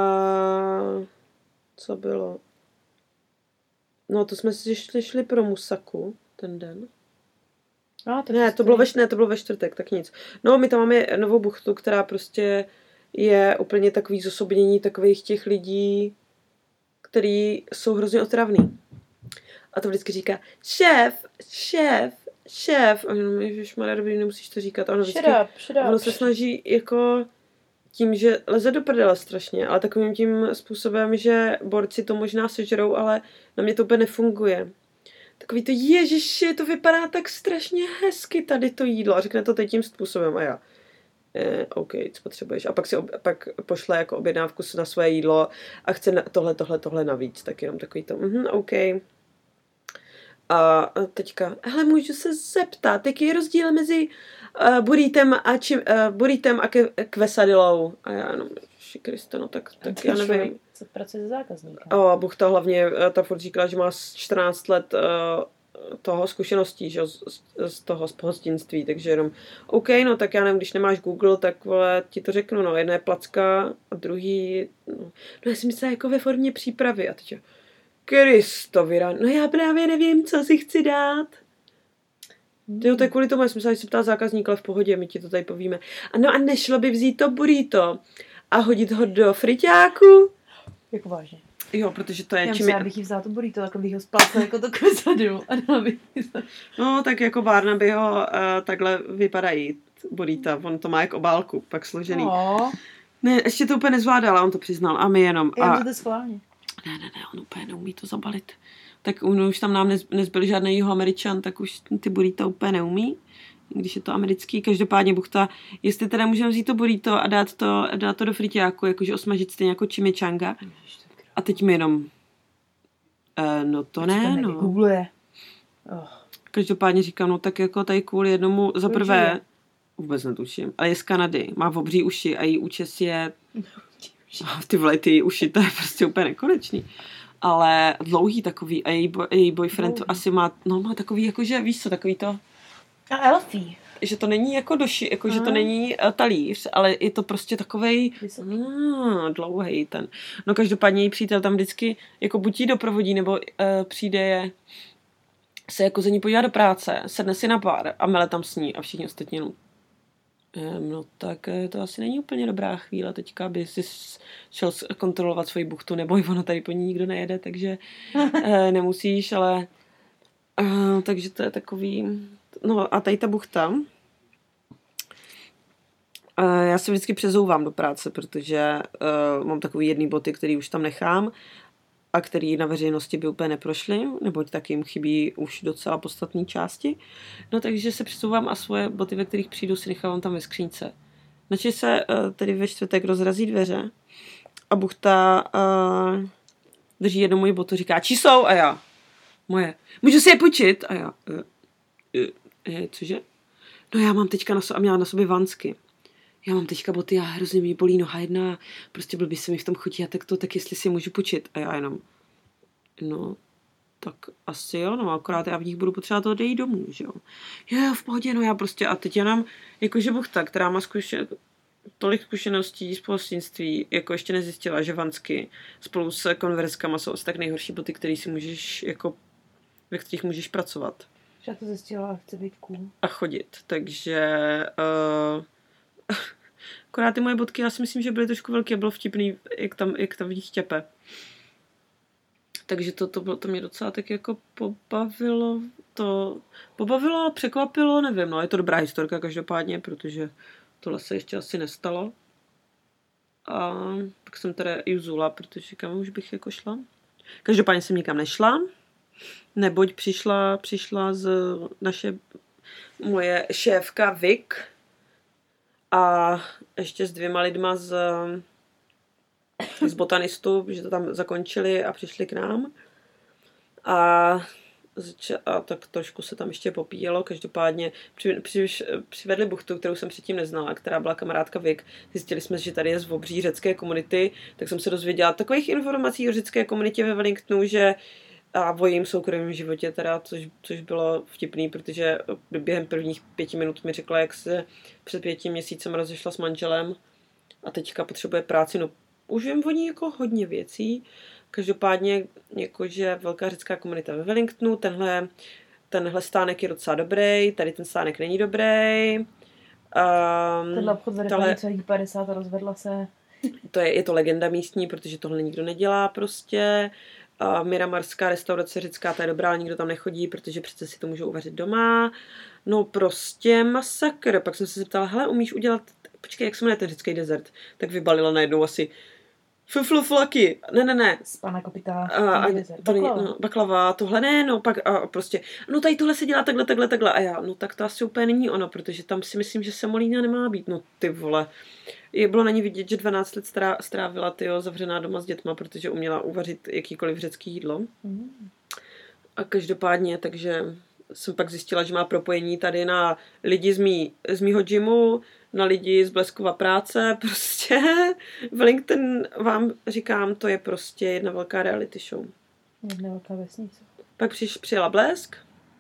co bylo? No to jsme si šli, šli pro Musaku ten den. A, to ne, to bylo ve, ne, to bylo ve čtvrtek, tak nic. No, my tam máme novou buchtu, která prostě je úplně takový zosobnění takových těch lidí, který jsou hrozně otravný. A to vždycky říká, šéf, šéf, šéf. A jenom, ježišmarja, dobrý, nemusíš to říkat. A ono, vždycky, shut up, shut up. ono se snaží jako tím, že leze do prdele strašně, ale takovým tím způsobem, že borci to možná sežerou, ale na mě to úplně nefunguje. takový to, ježiši, to vypadá tak strašně hezky tady to jídlo. A řekne to teď tím způsobem a já. Eh, OK, co potřebuješ. A pak si ob, pak pošle jako objednávku na své jídlo a chce na, tohle, tohle, tohle navíc. Tak jenom takový to, mhm, OK. A teďka, hele, můžu se zeptat, jaký je rozdíl mezi uh, burritem a, či, uh, burritem a ke, quesadilou? A já jenom, Kristo, no tak, tak já nevím. Co pracuje se zákazníkem? A Buchta hlavně, ta furt říkala, že má čtrnáct let uh, toho zkušeností, že, z, z toho z pohostinství, takže jenom, OK, no tak já nevím, když nemáš Google, tak vole, ti to řeknu, no, jedna je placka a druhý, no, no já si myslím, jako ve formě přípravy a teď Kristo, vyra, no já právě nevím, co si chci dát. Hmm. Jo, to je kvůli tomu, já jsem myslela, že se ptá zákazník, ale v pohodě, my ti to tady povíme. A no a nešlo by vzít to burrito a hodit ho do friťáku? Jako vážně. Jo, protože to je... Já myslím, já bych jí vzala to burrito, tak bych ho splácela jako to quesadillu a dala bych No, tak jako Barnabyho uh, takhle vypadají burrita, on to má jak obálku, pak složený. Oh. Ne, ještě to úplně nezvládala, on to přiznal a my jenom. Já a... to schválně. Ne, ne, ne, on úplně neumí to zabalit. Tak on, už tam nám nez, nezbyl žádný jeho Američan, tak už ty burrito úplně neumí, když je to americký. Každopádně Buchta, jestli teda můžeme vzít to burrito a dát to, dát to do friťáku, jakože osmažit stejně jako chimichanga. A teď mi jenom, e, no to ne, no. Google. Oh. Každopádně říkám, no tak jako tady kvůli jednomu, za prvé, vůbec netuším, ale je z Kanady, má v obří uši a její účes je, ty vole, ty uši, to je prostě úplně nekonečný. Ale dlouhý takový a její, bo, její boyfriend dlouhý. Asi má, no má takový, jakože víš co, takový to. A Elfie. Že to není jako doši, jako že to není uh, talíř, ale je to prostě takovej uh, dlouhej ten. No každopádně její přítel tam vždycky jako buď jí doprovodí, nebo uh, přijde je se jako za ní podívat do práce, sedne si na pár a mele tam s ní a všichni ostatní jenom no tak to asi není úplně dobrá chvíle teďka, aby si šel kontrolovat svoji buchtu, nebo ono tady po ní nikdo nejede, takže uh, nemusíš, ale uh, takže to je takový. No a tady ta buchta. Uh, já se vždycky přezouvám do práce, protože uh, mám takový jedný boty, který už tam nechám a který na veřejnosti by úplně neprošly, neboť tak jim chybí už docela podstatné části. No takže se přesouvám a svoje boty, ve kterých přijdu, si nechávám tam ve skřínce. Načež se uh, tedy ve čtvrtek rozrazí dveře a buchta uh, drží jednu moji botu, říká, čí jsou? A já, moje. Můžu si je půjčit? A já, uh, uh, cože? No já mám teďka na sobě, a měla na sobě vansky. Já mám teďka boty a hrozně mě bolí noha jedna, prostě blbý se mi v tom chutí a tak to, tak jestli si je můžu půjčit. A já jenom, no, tak asi jo, no, akorát já v nich budu potřebovat odejít domů, že jo. Jo, v pohodě, no já prostě, a teď jenom, jakože Buchta, která má zkušen, tolik zkušeností z pohostinství, jako ještě nezjistila, že vansky spolu s konverskama jsou asi tak nejhorší boty, který si můžeš, jako, ve kterých můžeš pracovat. Já to zjistila a chci být cool. A chodit, takže... Uh, akorát ty moje bodky, já si myslím, že byly trošku velké a bylo vtipný, jak tam, jak tam v nich těpe. Takže to, to, bylo, to mě docela tak jako pobavilo, to pobavilo a překvapilo, nevím, no je to dobrá historka každopádně, protože tohle se ještě asi nestalo. A pak jsem teda i vzula, protože kam už bych jako šla. Každopádně jsem nikam nešla, neboť přišla, přišla z naše moje šéfka Vik, a ještě s dvěma lidma z, z botanistů, že to tam zakončili a přišli k nám. A, a tak trošku se tam ještě popíjelo. Každopádně při, při, přivedli buchtu, kterou jsem předtím neznala, která byla kamarádka Vik. Zjistili jsme, že tady je z obří řecké komunity, tak jsem se dozvěděla takových informací o řecké komunitě ve Wellingtonu, že a o jejím soukromém životě teda, což, což bylo vtipný, protože během prvních pěti minut mi řekla, jak se před pěti měsícem rozešla s manželem a teďka potřebuje práci. No už vím o ní jako hodně věcí. Každopádně jakože velká řecká komunita ve Wellingtonu, tenhle, tenhle stánek je docela dobrý, tady ten stánek není dobrý. Um, Tenhle obchod vede paní celých padesát a rozvedla se. To je, je to legenda místní, protože tohle nikdo nedělá prostě. Uh, Miramarská restaurace řecká, ta je dobrá, ale nikdo tam nechodí, protože přece si to můžou uvařit doma. No prostě masakr. Pak jsem se zeptala, hele, umíš udělat, počkej, jak se jmenuje ten řecký dezert? Tak vybalila najednou asi Fufluflaky. Ne, ne, ne. Z pana kopita. A, a to není, no, baklava, tohle ne, no pak a prostě, no tady tohle se dělá takhle, takhle, takhle a já, no tak to asi úplně není ono, protože tam si myslím, že semolína nemá být, no ty vole. Je bylo na ní vidět, že dvanáct let strá, strávila, tyjo, zavřená doma s dětma, protože uměla uvařit jakýkoliv řecký jídlo. Mm. A každopádně, takže jsem pak zjistila, že má propojení tady na lidi z, mý, z mýho gymu, na lidi z Bleskova práce, prostě Wellington, vám říkám, to je prostě jedna velká reality show. Jedna velká vesnice. Pak přiš, přijela Blesk,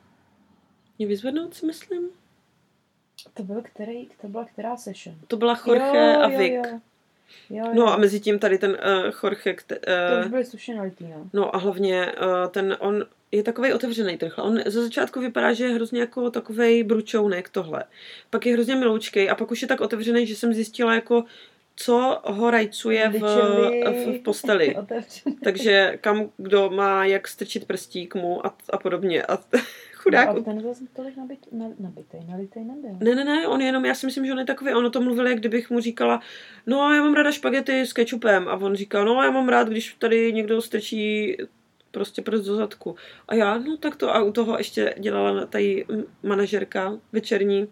mě vyzvednout si myslím. To byl který, to byla která session? To byla Jorge jo, a Vic. Jo, jo. Jo, jo. No a mezi tím tady ten uh, Jorge, kte, uh, to už byly slušně nalitý, no. No a hlavně uh, ten, on je takovej otevřený trh. On za začátku vypadá, že je hrozně jako takovej bručounek tohle. Pak je hrozně miloučkej a pak už je tak otevřený, že jsem zjistila jako co ho rajcuje v, v, v posteli. Takže kam kdo má jak strčit prstík mu a, a podobně. A chudák. No, ale ten zase tolik nabit, nabitej, nalitej nebyl. Ne, ne, ne, on jenom, já si myslím, že on je takový, on o tom mluvil, jak kdybych mu říkala, no já mám ráda špagety s kečupem. A on říkal, no já mám rád, když tady někdo strčí prostě prst do zadku. A já, no tak to, a u toho ještě dělala tady manažerka večerní,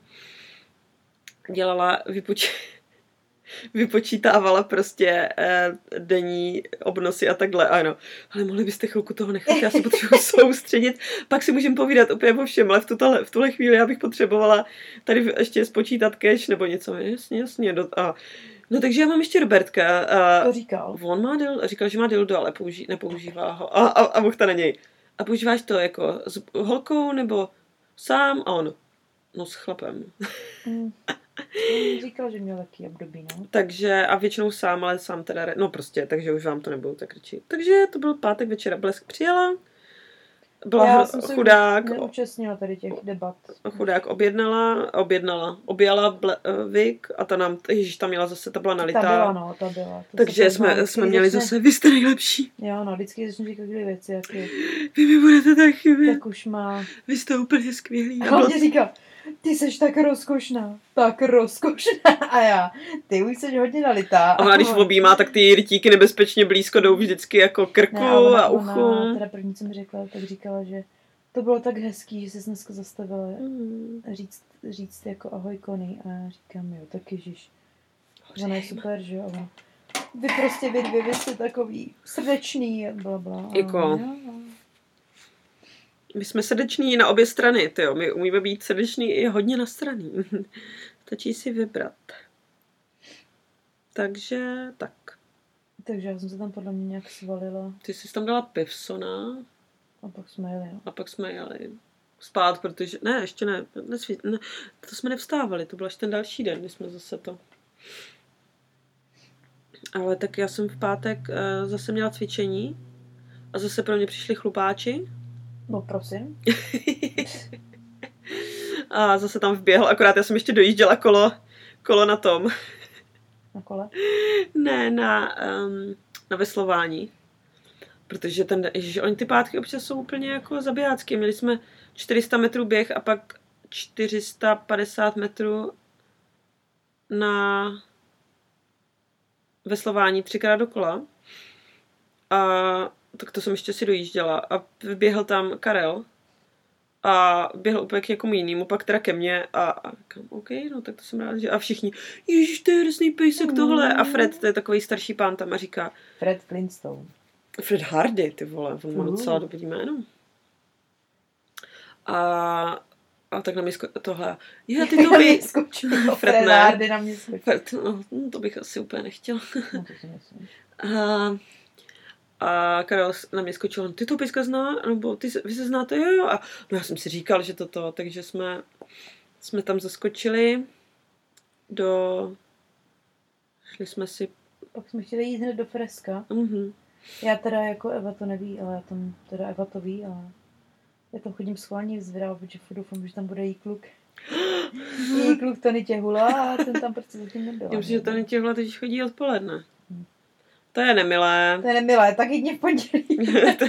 dělala vypočí... vypočítávala prostě eh, denní obnosy a takhle, ano. Ale mohli byste chvilku toho nechat, já se potřebuji soustředit, pak si můžeme povídat úplně o všem, ale v, tuto, v tuhle chvíli já bych potřebovala tady ještě spočítat cash nebo něco, jasně, jasně. Do, a, no takže já mám ještě Robertka. A to říkal. On má dildo, říkal, že má dildo, ale použí, nepoužívá ho. A, a, a buchta na něj. A používáš to jako s holkou nebo sám? A on, no s chlapem. Mm. On říkal, že měl taky období, no. Takže a většinou sám, ale sám teda, no prostě, takže už vám to nebudu tak řečit. Takže to byl pátek večera, Blesk přijela, byla Já hr- jsem se chudák. neúčastnila tady těch debat. Chudák objednala, objednala, objala ble, uh, Vic a ta nám, ježiš, ta měla zase, ta byla nalitá. Ta byla, no, ta byla. To takže jsme, jsme měli začne... zase, vy jste nejlepší. Jo, no, vždycky začnu říkat takové věci, jak je. Vy mi budete tak chybět. Tak už má. Vy jste úplně skvělý. A on mě říká, ty seš tak rozkošná, tak rozkošná. A já, ty už seš hodně nalitá. A ona, když objímá, tak ty rtíky nebezpečně blízko jdou vždycky jako krku ne, a, ona, a uchu. Ona, teda první, co mi řekla, tak říkala, že to bylo tak hezký, že se dneska zastavila mm. říct, říct jako ahoj Kony. A já říkám, jo, tak ježiš. Ona je super, že jo. Vy prostě vy dvě, vy jste takový srdečný a blabla. Jako... Jo. My jsme srdeční na obě strany, tyjo. My umíme být srdeční i hodně na straně. Stačí si vybrat. Takže tak. Takže já jsem se tam podle mě nějak svalila. Ty jsi tam dala Pivsona. A pak jsme jeli, no. A pak jsme jeli spát, protože... Ne, ještě ne. Nesví... ne. To jsme nevstávali, to byl až ten další den, kdy jsme zase to... Ale tak já jsem v pátek uh, zase měla cvičení a zase pro mě přišli chlupáči. No prosím. A zase tam vběhl, akorát já jsem ještě dojížděla kolo, kolo na tom. Na kole? Ne, na, um, na veslování. Protože ten, ježiš, oni ty pátky občas jsou úplně jako zabijácky. Měli jsme čtyři sta metrů běh a pak čtyři sta padesát metrů na veslování třikrát dokola. A tak to jsem ještě si dojížděla. A vyběhl tam Karel a běhl úplně k někomu jinému, pak teda ke mně a, a kam, OK, no tak to jsem rád, že a všichni, ježiš, to je hrozný pejsek tohle. A Fred, to je takový starší pán tam a říká, Fred Flintstone. Fred Hardy, ty vole, on má docela dobrý jméno. A, a tak na mě sko- tohle, je, ty to by... skočil, Fred ne. Hardy na mě skočil. Fred, no, to bych asi úplně nechtěla. No, to si myslím. A, a Karel na mě skočil, ty to pejska zná, nebo ty, vy se znáte, jo, jo. A no já jsem si říkal, že toto, takže jsme, jsme tam zaskočili do... Šli jsme si... Pak jsme chtěli jít hned do Freska. Mhm. Já teda jako Eva to neví, ale já tam teda Eva to ví, ale já tam chodím schválně zvědavá, protože furt doufám, že tam bude jí kluk. Jí kluk Tony Těhula a ten tam prostě zatím nebyl. Já myslím, že Tony Těhula teď chodí odpoledne. Hmm. To je nemilé. To je nemilé, tak jedině v pondělí.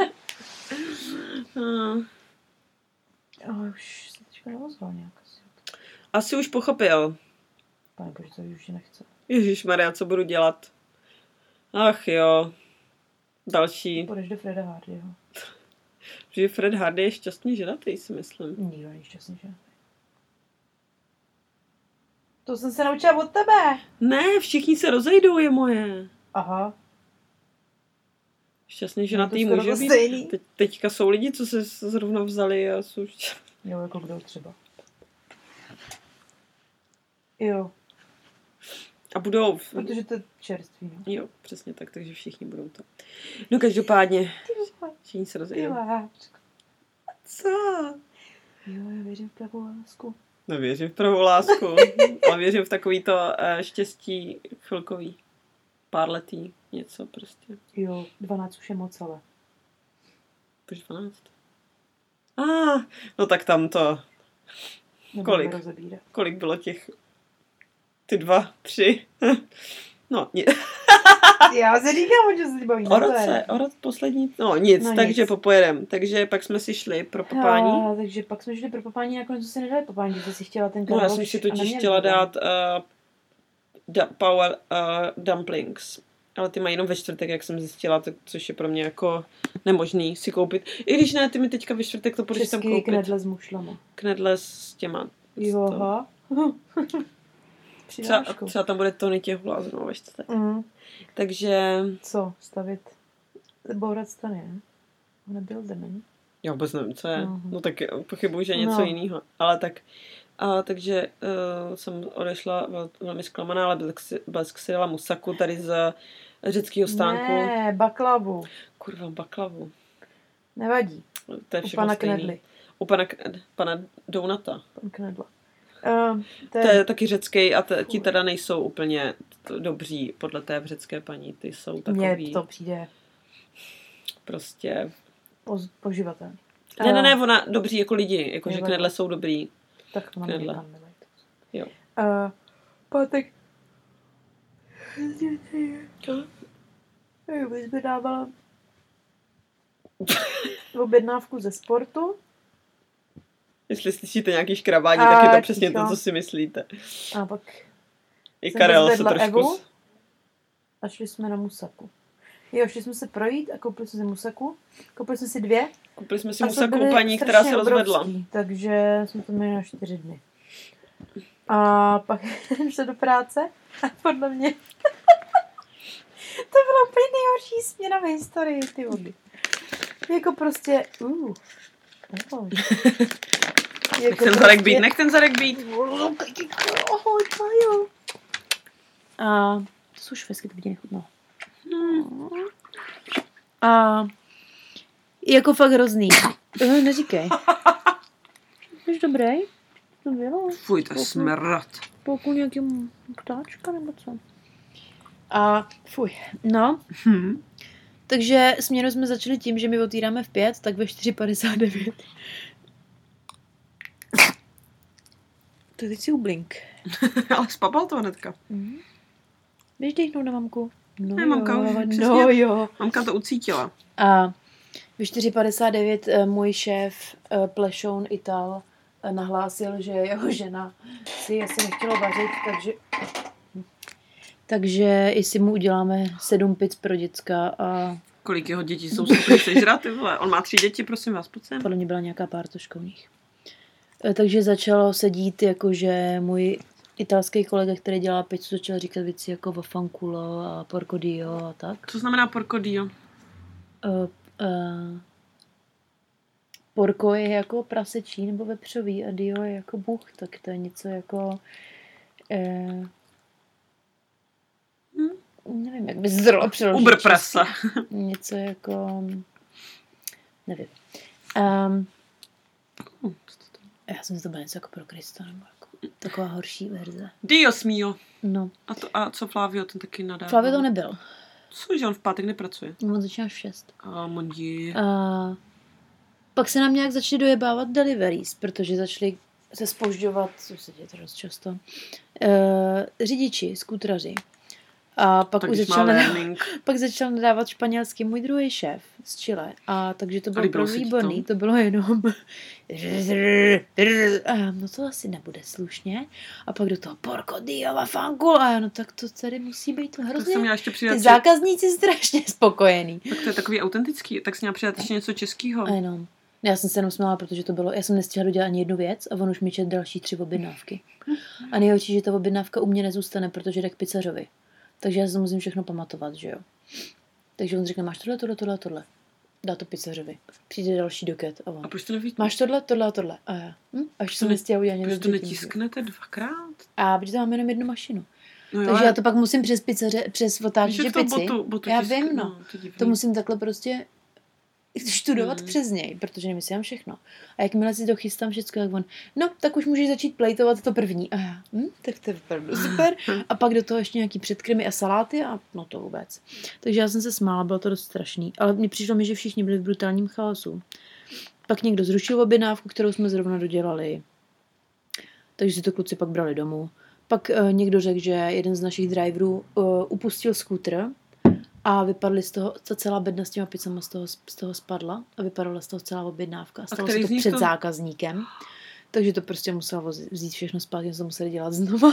no. Ale už se teďka neozval nějak asi. Asi už pochopil. Pane bože, to už nechce. Ježišmarja, co budu dělat? Ach jo. Další. Půjdeš do Freda Hardyho. Že Fred Hardy je šťastný ženatý, si myslím. Nikdo není šťastný ženatý. To jsem se naučila od tebe. Ne, všichni se rozejdou, je moje. Aha. Šťastný ženatý No, může být. Teď, teďka jsou lidi, co se zrovna vzali a jsou šťastný. Jo, jako kdo třeba. Jo. A budou... Protože to je čerství. No. Jo, přesně tak, takže všichni budou to. No každopádně, všichni se rozjejdou. Co? Jo, já věřím v pravou lásku. Nevěřím v pravou lásku, ale věřím v takový to uh, štěstí chvilkový. Párletý, něco prostě. Jo, dvanáct už je moc, ale. Proč dvanáct? A, ah, no tak tam to... Kolik? Kolik bylo těch... Ty dva, tři? No, nic. Já si říkám, že se baví. O roce, o roce poslední, no nic, no, takže nic. Popojedem. Takže pak jsme si šli pro papání. Jo, takže pak jsme šli pro papání, nakonec jsme si nedali papání, že jsi chtěla ten No já jsem si totiž chtěla dát uh, da, power uh, dumplings. Ale ty mají jenom ve čtvrtek, jak jsem zjistila, tak, což je pro mě jako nemožný si koupit. I když ne, ty mi teďka ve čtvrtek to půjdeš tam koupit. Knedle s mušlama. Knedle s těma. Jo, třeba, třeba tam bude Tony těch vláznou ve čtvrtek. Mm. Takže... Co? Stavit? Bourat stany, ne? On nebyl zemen. Já vůbec nevím, co je. Uh-huh. No tak pochybuji, že něco no. jiného. Ale tak... A, takže uh, jsem odešla vel, velmi zklamaná, ale blesk si dala musaku tady z řeckého stánku. Ne, baklavu. Kurva, baklavu. Nevadí. To je všechno U pana stejný. Knedly. U pana, pana Dounata. Pan Knedla. Uh, to, je... to je taky řecký a t- ti teda nejsou úplně dobří podle té řecké paní. Ty jsou takový... Mně to přijde... Prostě... Po, poživatelný. Ne, ne, ne, ona dobrý jako lidi. Jako, že knedle jsou dobrý. Tak to mám knedle. Jo. Uh, pátek... Bys by dávala objednávku ze sportu. Jestli slyšíte nějaký škrabání, tak je to přesně to, co si myslíte. A pak i Karel se trošku... Evu a šli jsme na musaku. Jo, šli jsme se projít a koupili jsme si musaku. Koupili jsme si dvě. Koupili jsme si musaku paní, která se rozvedla. Obrovský, takže jsme to měli na čtyři dny. A pak šli do práce a podle mě to byla úplně nejhorší směna v historii, ty vody. Jako prostě, uh, oh. Nech ten zadek být, nech ten zadek být. A to jsou švestky, to by tě nechutnalo. Hmm. A jako fakt hrozný. Uh, neříkej. Jsi dobrý? To bylo? Fuj, to je smrad. Pokud nějaký ptáčka nebo co? A fuj, no. Hmm. Takže směru jsme začali tím, že my otvíráme v pět, tak ve čtyři padesát devět. To teď si ublink. Ale spapal to hnedka. Mm. Běž dejchnout na mamku. No ne, jo, mamka, no jo. Mamka to ucítila. A ve čtyři padesát devět můj šéf Plešoun Ital nahlásil, že jeho žena si asi nechtěla vařit, takže takže jestli mu uděláme sedm pic pro děcka a... Kolik jeho dětí jsou schopni sežrat, ty vole? On má tři děti, prosím vás, pojď sem. Podle mě byla nějaká pár školních. Takže začalo se dít, jakože můj italský kolega, který dělá pizzu, začal říkat věci jako vaffanculo a porco dio a tak. Co znamená porco dio? Uh, uh, porco je jako prasečí nebo vepřový a dio je jako bůh, tak to je něco jako... Uh, hm? Nevím, jak by se to dalo přeložit. Uber prasa. Něco jako... Nevím. Um, já jsem si to byla něco jako pro Krista, nebo jako taková horší verze. Dios mio. No. A, to, a co Flávio, ten taky nadával? Flávio to nebyl. Cože, on v pátek nepracuje? No, on začíná v šest. A mon dieu. A pak se nám nějak začali dojebávat deliveries, protože začali se zpožďovat, co se děje to dost často, uh, řidiči, skútraři. A pak tak už začal, nadávat, pak začal nadávat španělsky můj druhý šéf z Chile. A takže to bylo opravdu výborný. To? to bylo jenom a no to asi nebude slušně. A pak do toho porco dio vaffanculo. A já, no tak to tady musí být hrozně. To ještě přidat, ty zákazníci strašně spokojený. Tak to je takový autentický. Tak si měla přidat ještě něco českého. Ano. Já jsem se jenom smála, protože to bylo, já jsem nestihla dodělat ani jednu věc a on už mi čet další tři objednávky. A nejhorší, že ta objednávka u mě nezůstane, protože jde k pizzařovi. Takže já se musím všechno pamatovat, že jo. Takže on řekne, máš tohle, tohle, tohle, tohle. Dá to pizzařovi. Přijde další doket a on. A proč to nevíte? Máš tohle, tohle a tohle. A já. Hm? Až jsem nestihla udělat něco. Proč to netisknete dvakrát? A protože mám jenom jednu mašinu. No jo, takže ale... já to pak musím přes pizzaře, přes otáčiče pici. Botu, botu já tisk... vím, no. no to, to musím takhle prostě študovat hmm. přes něj, protože nemyslím všechno. A jakmile si to chystám všechno, tak on, no, tak už můžeš začít plejtovat to první. A já, hm, tak to je opravdu super. A pak do toho ještě nějaký předkrmy a saláty a no to vůbec. Takže já jsem se smála, bylo to dost strašný. Ale mně přišlo mi, že všichni byli v brutálním chaosu. Pak někdo zrušil objednávku, kterou jsme zrovna dodělali. Takže si to kluci pak brali domů. Pak uh, někdo řekl, že jeden z našich driverů uh, upustil skútr a vypadly z toho, ta celá bedna s těma pizzama z toho, z toho spadla a vypadala z toho celá objednávka. Stalo se to před to... zákazníkem. Takže to prostě musela vzít všechno zpátky, jsme to museli dělat znova.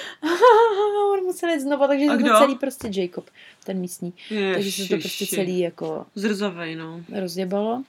On musel jít znova, takže to byl celý prostě Jacob, ten místní. Ježiši. Takže se to prostě celý jako zrzavej, no. rozjebalo.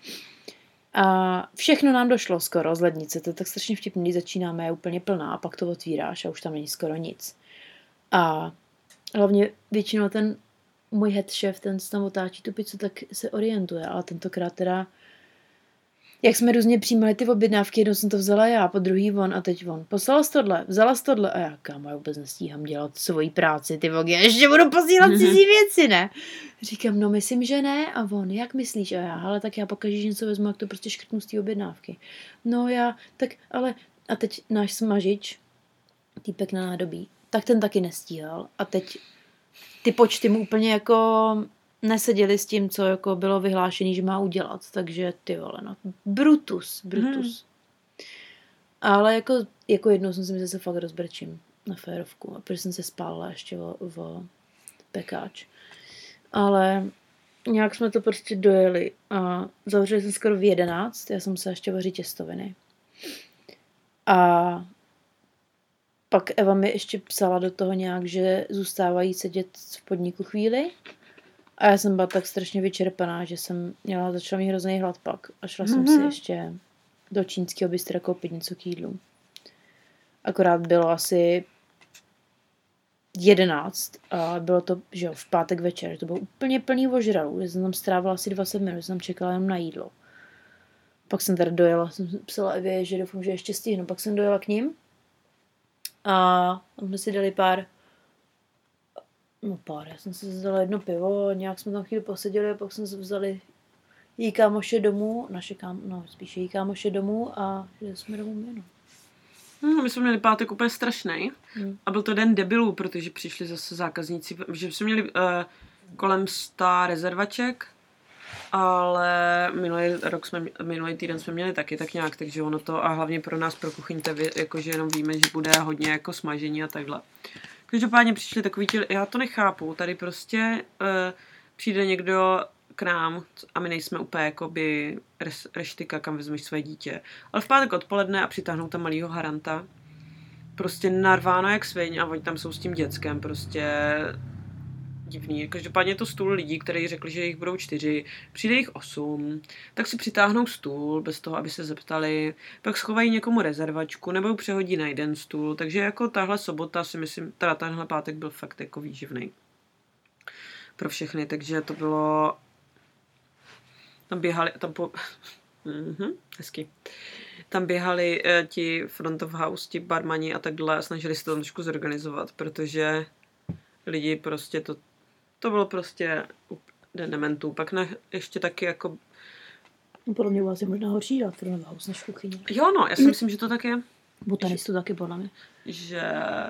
A všechno nám došlo skoro z lednice. To je tak strašně vtipný, když začínáme, je úplně plná a pak to otvíráš a už tam není skoro nic. A hlavně většinou ten můj head chef, ten se tam otáčí tu pizzu, tak se orientuje, ale tentokrát teda, jak jsme různě přijímali ty objednávky, jednou jsem to vzala já, po druhý on a teď on. Poslala jsi tohle, vzala jsi tohle a já, kámo, já vůbec nestíhám dělat svoji práci, ty vogy, já ještě budu posílat cizí věci, ne? Říkám, no myslím, že ne a on, jak myslíš? A já, ale tak já pokaždé něco vezmu, jak to prostě škrtnu z té objednávky. No já, tak, ale, a teď náš smažič, týpek na nádobí, tak ten taky nestíhal a teď ty počty mu úplně jako neseděly s tím, co jako bylo vyhlášené, že má udělat. Takže ty vole, no. Brutus, brutus. Hmm. Ale jako, jako jednou jsem si myslel, že se fakt rozbrčím na férovku. A protože jsem se spálila ještě o, o pekáč. Ale nějak jsme to prostě dojeli. A zavřeli jsem skoro v jedenáct. Já jsem se ještě vařit těstoviny. A pak Eva mi ještě psala do toho nějak, že zůstávají sedět v podniku chvíli. A já jsem byla tak strašně vyčerpaná, že jsem měla, začala mít hrozný hlad pak. A šla mm-hmm. jsem si ještě do čínského bystra koupit něco k jídlu. Akorát bylo asi jedenáct a bylo to, že jo, v pátek večer. To bylo úplně plný ožralů. Já jsem tam strávila asi dvacet minut, jsem čekala jenom na jídlo. Pak jsem tady dojela, jsem psala Evě, že doufám, že ještě stihnu. Pak jsem dojela k ním a tam jsme si dali pár No pár, já jsem si vzala jedno pivo, nějak jsme tam chvíli poseděli a pak jsme si vzali její kámoše domů, naše kámo, no spíše její kámoše domů a že jsme domů měno. No, my jsme měli pátek úplně strašnej hmm. a byl to den debilů, protože přišli zase zákazníci, že jsme měli uh, kolem sta rezervaček, ale minulý rok jsme, minulý týden jsme měli taky tak nějak, takže ono to a hlavně pro nás, pro kuchyň, jakože jenom víme, že bude hodně jako smažení a takhle. Každopádně přišli takový ti, já to nechápu, tady prostě uh, přijde někdo k nám a my nejsme úplně jakoby res, reštika, kam vezmeš své dítě. Ale v pátek odpoledne a přitáhnou tam malýho haranta, prostě narváno jak sviň a oni tam jsou s tím dětskem, prostě divný. Každopádně je to stůl lidí, kteří řekli, že jich budou čtyři, přijde jich osm, tak si přitáhnou stůl bez toho, aby se zeptali, pak schovají někomu rezervačku nebo přehodí na jeden stůl, takže jako tahle sobota si myslím, teda tenhle pátek byl fakt jako výživný pro všechny, takže to bylo, tam běhali, tam po, mhm, hezky, tam běhali eh, ti front of house, ti barmani a takhle a snažili se to tam trošku zorganizovat, protože lidi prostě to To bylo prostě dementů. Pak na, ještě taky jako... Podle mě u vás je možná horší dát front of house než v kuchyni. Jo, no, já si myslím, že to tak je. Botanistu taky, podle mě. Že...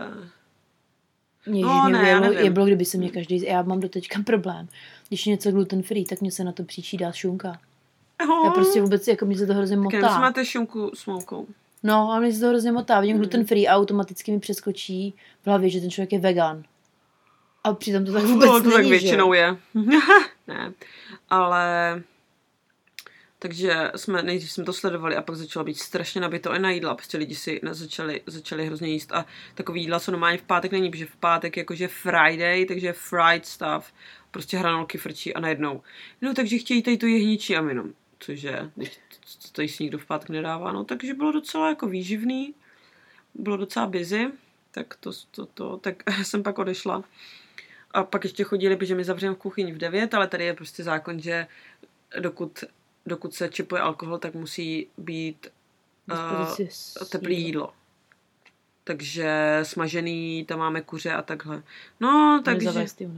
Mě, no, mě ne, bylo, je bylo, kdyby se mě každý... Já mám doteďka problém. Když je něco gluten free, tak mě se na to příčí dát šunka. Oh. Já prostě vůbec, jako mě se to hrozně motá. Tak máte šunku s moukou. No, a mě se to hrozně motá. Vidím mm. gluten free a automaticky mi přeskočí v hlavě, že ten člověk je vegan. A přitom to tak vůbec no, to není, tak že? většinou je. Ne, ale... Takže jsme, nejdřív jsme to sledovali a pak začalo být strašně nabito i na jídla. Prostě lidi si začali, začali hrozně jíst a takový jídla, co normálně v pátek není, protože v pátek jakože Friday, takže fried stuff, prostě hranolky frčí a najednou. No takže chtějí tady tu jehničí a jenom, cože, když to tady si nikdo v pátek nedává, no takže bylo docela jako výživný, bylo docela busy, tak to, to, to tak jsem pak odešla. A pak ještě chodili, protože my zavřeme v kuchyni v devět, ale tady je prostě zákon, že dokud dokud se čipuje alkohol, tak musí být uh, teplý jídlo. Takže smažený, tam máme kuře a takhle. No, takže...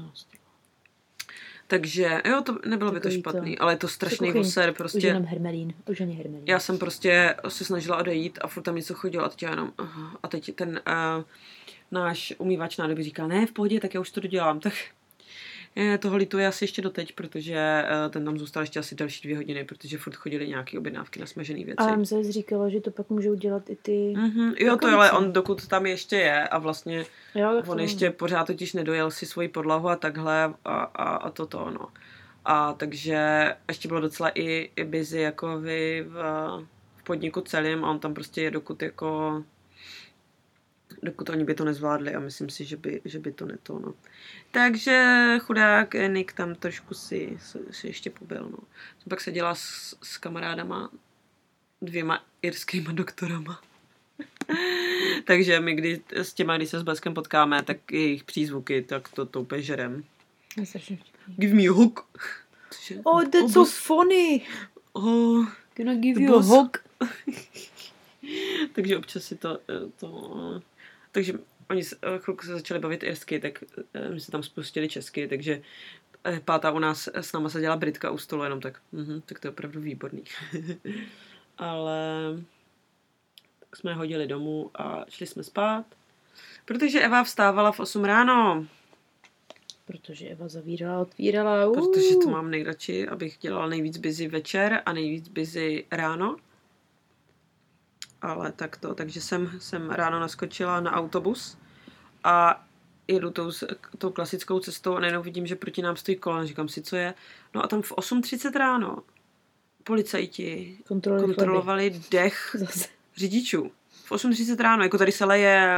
Takže, jo, to nebylo by to špatný, to, ale je to strašný voser, prostě. Už jenom hermelín, už ani hermelín. Já jsem prostě se snažila odejít a furt tam něco chodilo a teď já jenom, aha. A teď ten uh, náš umývač nádoby říkal, ne, v pohodě, tak já už to dodělám, tak... Toho lituje asi ještě doteď, protože ten tam zůstal ještě asi další dvě hodiny, protože furt chodili nějaké objednávky na smažené věci. Ale se říkalo, že to pak můžou dělat i ty... Mm-hmm. Jo, to ale on dokud tam ještě je a vlastně jo, on ještě je. Pořád totiž nedojel si svoji podlahu a takhle a, a, a toto, no. A takže ještě bylo docela i, i busy jako vy v, v podniku celým a on tam prostě je dokud jako... dokud oni by to nezvládli a myslím si, že by, že by to neto, no. Takže chudák Nick tam trošku si, si ještě pobyl, no. Jsem pak seděla s, s kamarádama, dvěma irskýma doktorama. Takže my, když s těma, když se s Bleskem potkáme, tak jejich přízvuky, tak to, to úplně žerem. Give me a hug. Oh, that's so funny. Oh, can I give you a hug? Takže občas si to... to takže oni chvilku se začali bavit irsky, tak my se tam spustili česky, takže pátá u nás s náma seděla Britka u stolu, jenom tak, mhm, tak to je opravdu výborný. Ale tak jsme hodili domů a šli jsme spát, protože Eva vstávala v osm ráno. Protože Eva zavírala, otvírala. Uh. Protože to mám nejradši, abych dělala nejvíc busy večer a nejvíc busy ráno. Ale tak to, takže jsem, jsem ráno naskočila na autobus a jedu tou, tou klasickou cestou a najednou vidím, že proti nám stojí kolona, říkám si, co je. No a tam v osm třicet ráno policajti Kontrolovali, kontrolovali dech Zase. řidičů. V osm třicet ráno, jako tady se leje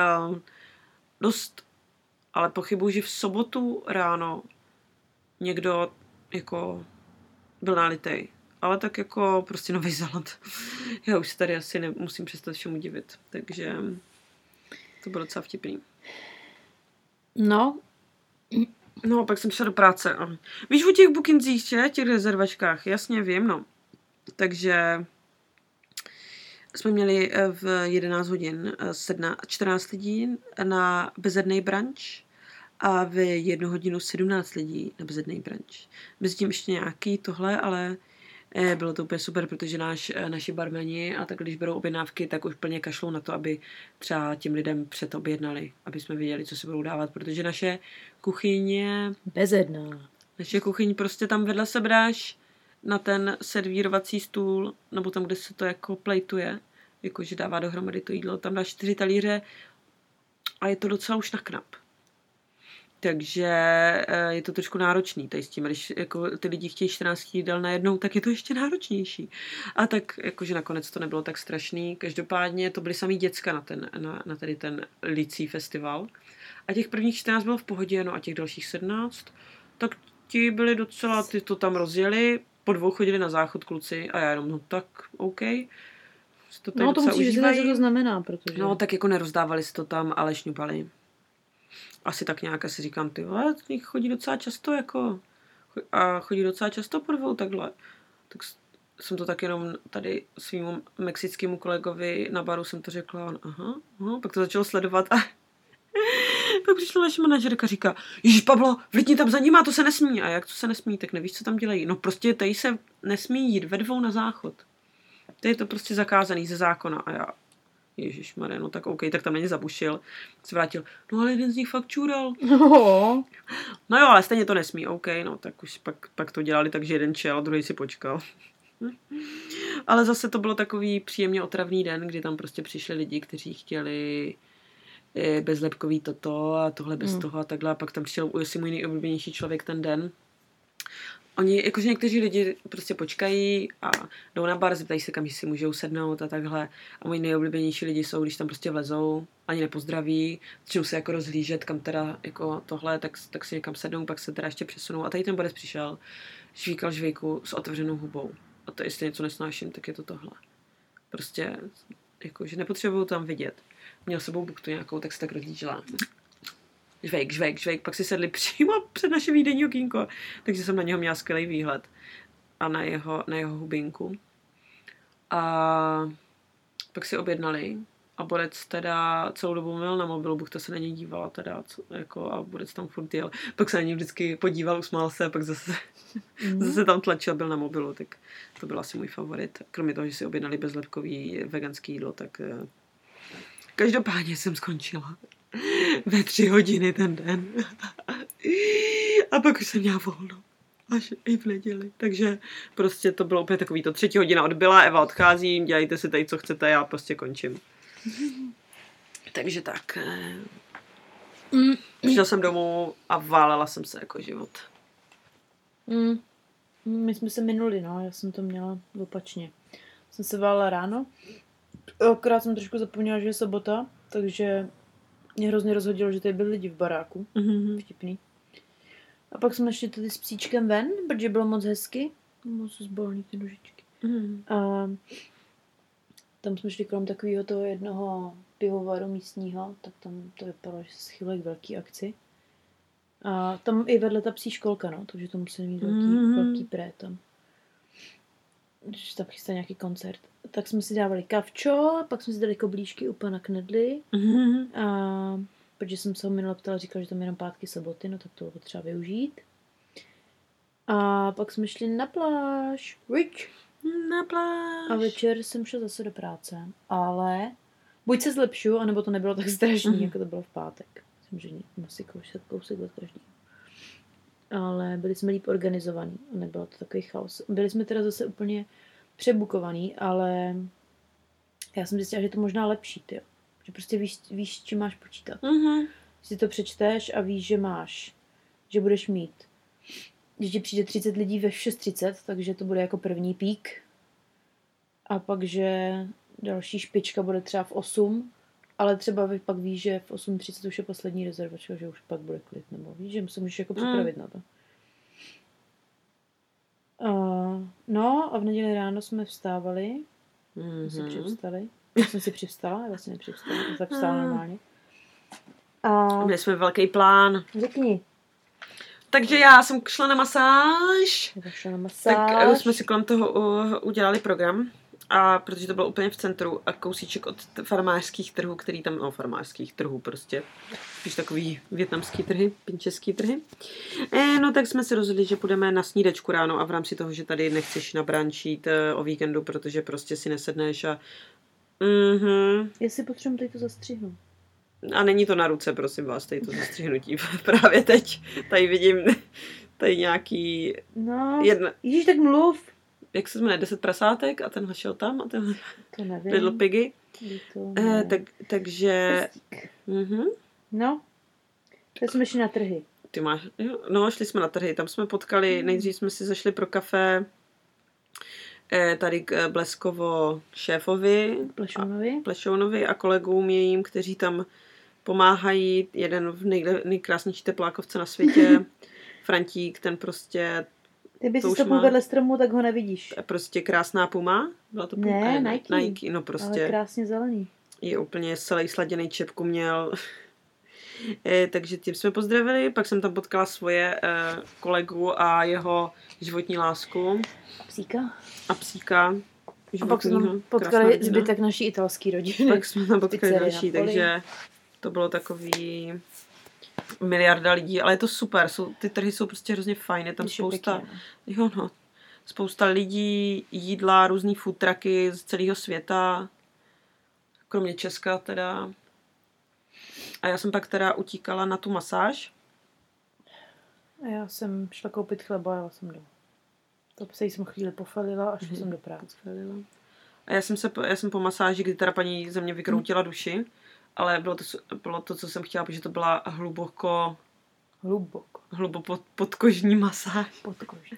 dost, ale pochybuji, že v sobotu ráno někdo jako byl nalitej. Ale tak jako prostě Nový Zéland. Já už se tady asi nemusím přestat všemu divit. Takže to bylo docela vtipný. No. No, pak jsem šla do práce. Víš o těch bookingzích, že? Těch rezervačkách. Jasně, vím, no. Takže jsme měli v jedenáct hodin čtrnáct lidí na bezednej brunch a v jednu hodinu sedmnáct lidí na bezednej brunch. Mezi tím ještě nějaký tohle, ale bylo to úplně super, protože náš, naši barmeni a tak, když berou objednávky, tak už plně kašlou na to, aby třeba těm lidem předobjednali, aby jsme věděli, co si budou dávat, protože naše kuchyně... Bezedná. Naše kuchyň prostě tam vedle sebe dáš na ten servírovací stůl, nebo tam, kde se to jako plejtuje, jakože dává dohromady to jídlo, tam dáš čtyři talíře a je to docela už na knap. Takže je to trošku náročný tady s tím, když jako ty lidi chtějí čtrnáct jídel najednou, tak je to ještě náročnější. A tak jakože nakonec to nebylo tak strašný. Každopádně to byly samý děcka na, ten, na, na tady ten licí festival. A těch prvních čtrnáct bylo v pohodě, no a těch dalších sedmnáct, tak ti byli docela, ty to tam rozjeli, po dvou chodili na záchod kluci a já jenom, no tak, OK. To no to musíš říct, co to znamená, protože... No tak jako nerozdávali si to tam, ale šňupali. Asi tak nějak asi říkám, ty vole, chodí docela často jako a chodí docela často po dvou takhle. Tak jsem to tak jenom tady svýmu mexickému kolegovi na baru jsem to řekla, on, aha, aha, pak to začalo sledovat a pak přišla naše manažerka a říká, Ježíš Pablo, vlítni tam za nima, to se nesmí. A jak to se nesmí, tak nevíš, co tam dělají. No prostě tady se nesmí jít ve dvou na záchod. To je to prostě zakázaný ze zákona a já Ježišmarja, no tak OK, tak tam není zabušil. Se vrátil, no ale jeden z nich fakt čůral. No. No jo, ale stejně to nesmí, OK, no tak už pak, pak to dělali, takže jeden čel a druhý si počkal. Ale zase to bylo takový příjemně otravný den, kdy tam prostě přišli lidi, kteří chtěli bezlepkový toto a tohle bez Mm. toho a takhle. A pak tam přišel asi můj nejoblíbenější člověk ten den. Oni, jakože někteří lidi prostě počkají a jdou na bar, zeptají se, kam si můžou sednout a takhle. A moji nejoblíbenější lidi jsou, když tam prostě vlezou, ani nepozdraví, začnou se jako rozhlížet, kam teda jako tohle, tak, tak si někam sednou, pak se teda ještě přesunou. A tady ten borec přišel, žvíkal žvejku s otevřenou hubou. A to jestli něco nesnáším, tak je to tohle. Prostě, jakože nepotřebuju tam vidět. Měl s sebou buktu nějakou, tak se tak rozlížela. Žvejk, žvejk, žvejk. Pak si sedli přímo před naše výdenní okýnko. Takže jsem na něho měla skvělý výhled. A na jeho, na jeho hubinku. A pak si objednali. A borec teda celou dobu měl na mobilu, Buchta se na něj dívala teda, co, jako, a borec tam furt jel. Pak se na něj vždycky podíval, usmál se, pak zase, mm. zase tam tlačil, byl na mobilu, tak to byl asi můj favorit. Kromě toho, že si objednali bezlepkový veganský jídlo, tak každopádně jsem skončila ve tři hodiny ten den. A pak už jsem měla volno. Až i v neděli. Takže prostě to bylo úplně takový to. Třetí hodina odbyla, Eva odchází, dělejte si tady, co chcete, já prostě končím. Takže tak. Mm. Přišla jsem domů a válela jsem se jako život. Mm. My jsme se minuli, no. Já jsem to měla opačně. Jsem se válela ráno. Akorát jsem trošku zapomněla, že je sobota, takže mě hrozně rozhodilo, že tady byli lidi v baráku. Mm-hmm. Vtipný. A pak jsme šli tady s psíčkem ven, protože bylo moc hezky. Moc zbolní ty nožičky. Mm. A tam jsme šli kolem takového toho jednoho pivovaru místního, tak tam to vypadalo, že se schyluje k velký akci. A tam i vedle ta psí školka, no, takže to museli mít velký, Mm. velký pré tam. Když tam chystá nějaký koncert. Tak jsme si dávali kavčo, pak jsme si dali koblížky úplně na knedli. Mm. A protože jsem se ho minule ptala, říkala, že tam jenom pátky, soboty, no tak to bylo potřeba využít. A pak jsme šli na pláž. Rich. Na pláž. A večer jsem šla zase do práce. Ale buď se zlepšuju, anebo to nebylo tak strašný, mm. jako to bylo v pátek. Myslím, že asi kousek, kousek od každého. Ale byli jsme líp organizovaní. Nebylo to takový chaos. Byli jsme teda zase úplně přebukovaný, ale já jsem zjistila, že je to možná lepší, tyjo. Že prostě víš, víš, čím máš počítat. Mm-hmm. Si to přečteš a víš, že máš, že budeš mít. Když ti přijde třicet lidí ve šest třicet, takže to bude jako první pík. A pak, že další špička bude třeba v osm, ale třeba pak víš, že v osm třicet už je poslední rezervačka, že už pak bude klid, nebo víš, že se můžeš jako připravit mm. na to. Uh, no a v neděli ráno jsme vstávali. Mm-hmm. Jsme si přivstali. Já jsem si přivstala, já vlastně nepřivstala, já tak vstala normálně. A měli jsme velký plán. Řekni. Takže já jsem šla na masáž. Šla na masáž. Tak jsme si kolem toho udělali program. A protože to bylo úplně v centru a kousíček od farmářských trhů, který tam, no farmářských trhů prostě, spíš takový vietnamský trhy, pinčeský trhy. E, no tak jsme si rozhodli, že půjdeme na snídačku ráno a v rámci toho, že tady nechceš nabrančít o víkendu, protože prostě si nesedneš a mhm. Jestli potřebujeme tady to zastřihnout. A není to na ruce, prosím vás, tady to zastřihnutí. Právě teď tady vidím tady nějaký... No, jedna... Ježíš, tak mluv. Jak se jmenuje, deset prasátek a tenhle šel tam a tenhle to nevím. Little Piggy. To eh, tak, takže... Mhm. No, teď jsme šli na trhy. Ty máš... Jo, no, šli jsme na trhy, tam jsme potkali, mm. nejdřív jsme si zašli pro kafe eh, tady k Bleskovo šéfovi. Plešounovi. A, Plešounovi a kolegům jejím, kteří tam pomáhají. Jeden v nej, nejkrásnější teplákovce na světě. Frantík, ten prostě... Ty bys si stopil vedle stromu, tak ho nevidíš. Prostě krásná puma. Byla to puma? Ne, ne, Nike. Nike, no prostě. Ale krásně zelený. Je úplně celý sladěný čepku měl. e, takže tím jsme pozdravili. Pak jsem tam potkala svoje e, kolegu a jeho životní lásku. A psíka. A psíka. A pak jsme tam potkali zbytek naší italské rodiny. Pak jsme tam potkali další, takže to bylo takový... miliarda lidí, ale je to super, jsou, ty trhy jsou prostě hrozně fajn, je tam Když spousta, je jo no, spousta lidí, jídla, různý food trucky z celého světa, kromě Česka teda. A já jsem pak teda utíkala na tu masáž. A já jsem šla koupit chleba a jela jsem domů. To se jsem chvíli pofalila a šla mm-hmm. jsem do práce. A já jsem, se, já jsem po masáži, kdy teda paní ze mě vykroutila duši ale bylo to, bylo to, co jsem chtěla, protože to byla hluboko Hluboko. Hluboko pod, podkožní masáž. Podkožní.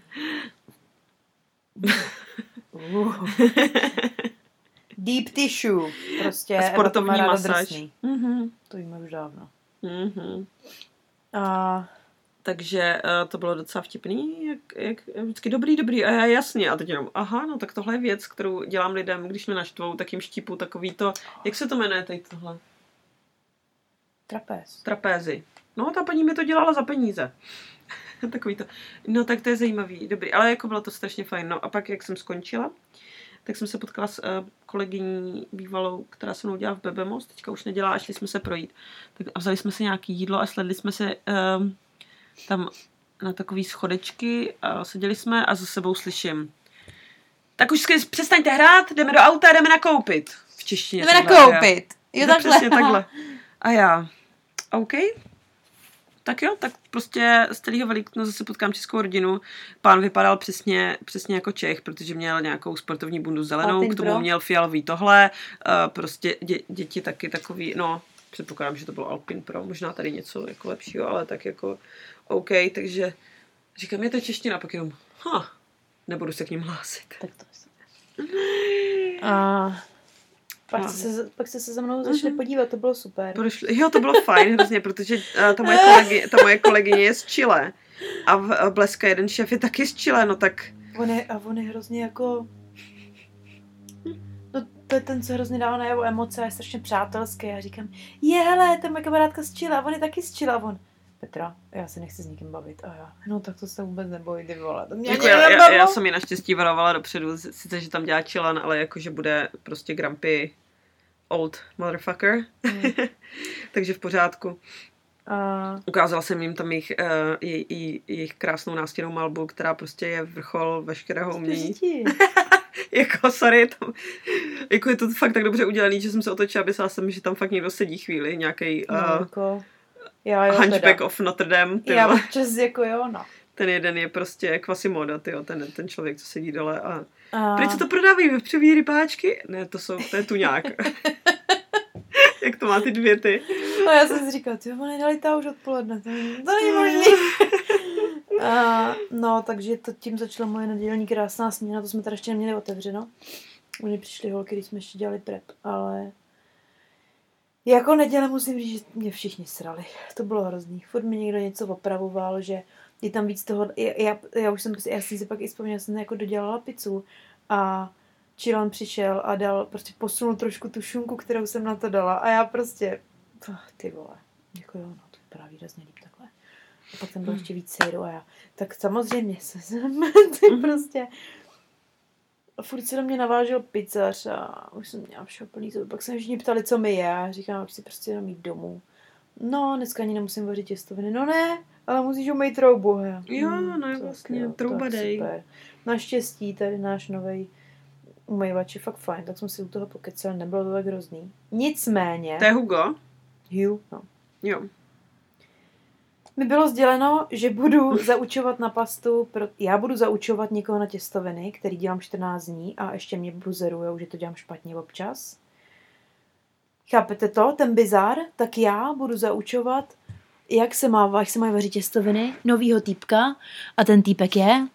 uh. Deep tissue. Prostě. A sportovní masáž. Mm-hmm. To víme už dávno. Mm-hmm. A... Takže uh, to bylo docela vtipný, jak, jak vždycky dobrý, dobrý, a já jasně. A teď jenom, aha, no tak tohle je věc, kterou dělám lidem, když mě naštvou, tak jim štípu takový to, jak se to jmenuje teď tohle? Trapéz. Trapézy. No, ta paní mi to dělala za peníze. Takový to. No, tak to je zajímavý, dobrý. Ale jako bylo to strašně fajn. No a pak, jak jsem skončila, tak jsem se potkala s uh, kolegyní bývalou, která se mnou dělá v Bebemos, teďka už nedělá, a šli jsme se projít. Tak a vzali jsme si nějaký jídlo a sledli jsme se uh, tam na takový schodečky a seděli jsme a za sebou slyším. Tak už přestaňte hrát, jdeme do auta, jdeme nakoupit. V češtině. Jdeme nakoupit. Jo, takhle. Přesně takhle. A já, OK. Tak jo, tak prostě z celého Velikonoc zase potkám českou rodinu. Pán vypadal přesně, přesně jako Čech, protože měl nějakou sportovní bundu zelenou, Alpin k tomu Pro. Měl fialový tohle. Uh, prostě dě, děti taky takový, no, předpokládám, že to bylo Alpin Pro, možná tady něco jako lepšího, ale tak jako OK, takže říkám, je to čeština, pak jenom, ha, nebudu se k ním hlásit. Tak to je A... Pak, se, pak se se za mnou začali uh-huh. podívat, to bylo super. Prošli, jo, to bylo fajn hrozně, protože uh, ta, moje kolegi, ta moje kolegyně je z Chile a v uh, Bleska jeden šéf je taky z Chile, no tak... On je, a on je hrozně jako... No to je ten, co hrozně dává na jeho emoce a je strašně přátelský. Já říkám, je hele, to je moje kamarádka z Chile a on je taky z Chile a on... Petra, já se nechci s nikým bavit. A já, no tak to se vůbec nebojí, ty vole. To mě jako já, já, já jsem ji naštěstí varovala dopředu, sice, že tam dělá Chilan, ale jakože bude prostě grumpy old motherfucker. Mm. Takže v pořádku. A... Ukázala jsem jim tam jejich, uh, jej, jej, jejich krásnou nástěnnou malbu, která prostě je vrchol veškerého umění. Jako, sorry, tam, jako je to fakt tak dobře udělaný, že jsem se otočila a myslela jsem, že tam fakt někdo sedí chvíli, nějaký uh, no, jako... Já, jo, Hunchback teda. Of Notre Dame. Tyjo. Já občas jako jo, no. Ten jeden je prostě Quasimodo, tyjo, ten, ten člověk, co sedí dole a... a... Proč se to prodávají vepřový rybáčky? Ne, to jsou, to je tuňák. Jak to má ty dvě ty? No já jsem si říkala, ty oni dali ta už odpoledne, to, to není možný. A, no, takže to tím začala moje nedělní krásná směna, to jsme teda ještě neměli otevřeno. Oni přišli holky, když jsme ještě dělali prep, ale... Jako neděle musím říct, že mě všichni srali. To bylo hrozný. Furt mi někdo něco opravoval, že je tam víc toho... Já, já, já už jsem, já jsem si pak i vzpomněla, jsem jako dodělala pizzu a Chilan přišel a dal, prostě posunul trošku tu šunku, kterou jsem na to dala a já prostě... Oh, ty vole. Jako jo, no, to vypadá výrazně líp takhle. A pak tam bylo ještě víc sejru a já... Tak samozřejmě se jsem ty prostě... A furt se do mě navážel pizzař a už jsem měla všeho plný zuby. Pak se mě všichni ptali, co mi je. A říkám, že si prostě jenom jít domů. No, dneska ani nemusím vařit těstoviny. No ne, ale musíš umýt troubu. He. Jo, no je vlastně, trouba dej. Naštěstí tady náš novej umývač je fakt fajn, tak jsme si u toho pokecali, nebylo to tak hrozný. Nicméně... To je Hugo? Hugh, no. Jo. Mi bylo sděleno, že budu zaučovat na pastu, pro, já budu zaučovat někoho na těstoviny, který dělám čtrnáct dní a ještě mě bruzerujou, že to dělám špatně občas. Chápete to? Ten bizar? Tak já budu zaučovat, jak se má, jak se mají vařit těstoviny, novýho týpka a ten týpek je...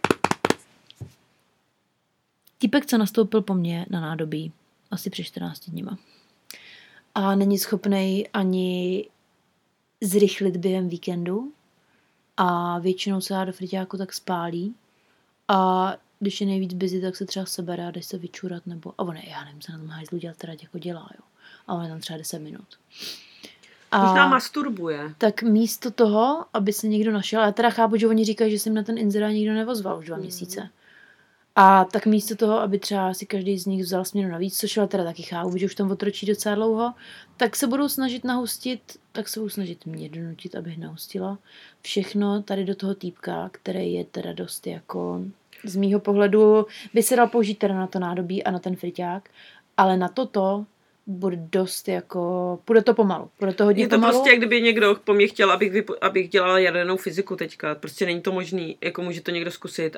Týpek, co nastoupil po mně na nádobí, asi před čtrnácti dníma. A není schopnej ani... zrychlit během víkendu a většinou se dá do friťáku tak spálí a když je nejvíc busy, tak se třeba sebere a jde se vyčurat nebo, a on je, já nevím, se na tom hajzlu dělat teda jako dělá, jo. A on je tam třeba deset minut. A možná masturbuje. Tak místo toho, aby se někdo našel, já teda chápu, že oni říkají, že jsem na ten inzerát nikdo nevozval už dva mm. měsíce. A tak místo toho, aby třeba si každý z nich vzal směnu navíc, což ale teda taky chápu, že už tam otročí docela dlouho, tak se budou snažit nahustit, tak se budou snažit mě donutit, abych nahustila všechno tady do toho týpka, který je teda dost jako, z mýho pohledu, by se dal použít teda na to nádobí a na ten friťák, ale na toto bude dost jako, bude to pomalu, bude to hodně pomalu. Je to pomalu. prostě, jak kdyby někdo po mně chtěl, abych, vypo, abych dělala jadernou fyziku teďka, prostě není to možný, jako může to někdo zkusit, ale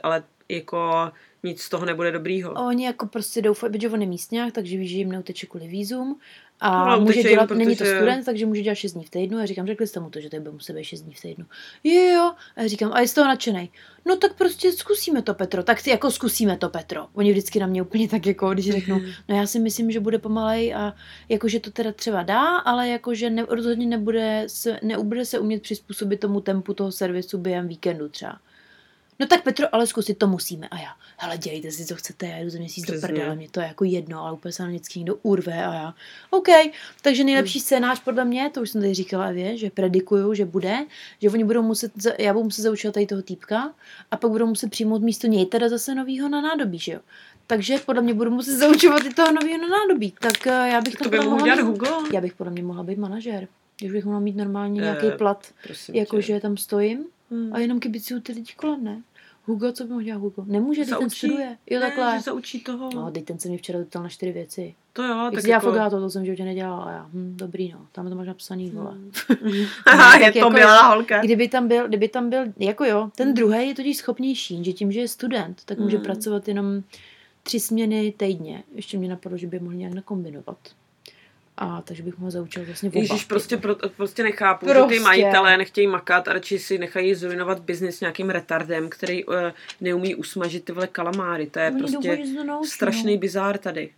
jako nic z toho nebude dobrýho. Oni jako prostě doufají, protože on je místňák, takže ví, že jim neuteče kvůli vízum. A No, může dělat, jim, není to protože... student, takže může dělat šest dní v týdnu. A říkám, řekli jste mu to, že tady bude muset být šest dní v týdnu. Jo, jo. A já říkám, a je z toho nadšenej. No tak prostě zkusíme to, Petro. Tak si jako zkusíme to, Petro. Oni vždycky na mě úplně tak jako, když řeknou, no já si myslím, že bude pomalej a jakože to teda třeba dá, ale jakože ne, rozhodně nebude se, nebude se umět přizpůsobit tomu tempu toho servisu během víkendu třeba. No tak Petro, ale zkusit to musíme. A já, hele, dělejte si, co chcete, já jdu za měsíc do prdele, mě to je jako jedno, ale úplně se na vždycky někdo urve a já, OK, takže nejlepší scénář podle mě, to už jsem tady říkala Evě, že predikuju, že bude, že oni budou muset, já budu muset zaučovat tady toho týpka a pak budou muset přijmout místo něj teda zase novýho na nádobí, že jo. Takže podle mě budu muset zaučovat i toho novýho na nádobí. Tak já bych to by mohl dělat Hugo. Já bych podle mě mohla být manažér. Když bych mohla mít normálně nějaký eh, plat, jakože tam stojím hmm. a jenom kibicuju ty lidi kolem, ne? Hugo, co by mohl dělat Hugo? Nemůže, teď ten studuje. Jo, ne, takhle. že se učí toho. No, teď ten se mě včera dotal na čtyři věci. To jo, Jak tak jako... já fogáto, to jsem v životě nedělala. Já, hm, dobrý, no. Tam to máš napsaný, vole. Hmm. je to jako milá holka. Kdyby tam byl, kdyby tam byl, jako jo, ten druhý je totiž schopnější, že tím, že je student, tak může hmm. pracovat jenom tři směny týdně. Ještě mě napadlo, že by mohl nějak nakombinovat. A takže bych mohla zaučit vlastně oba. Ježíš, prostě, pro, prostě nechápu, prostě. že ty majitelé nechtějí makat a radši si nechají zrujnovat biznis nějakým retardem, který uh, neumí usmažit ty vole kalamáry. To je Oni prostě doufají, strašný bizár tady.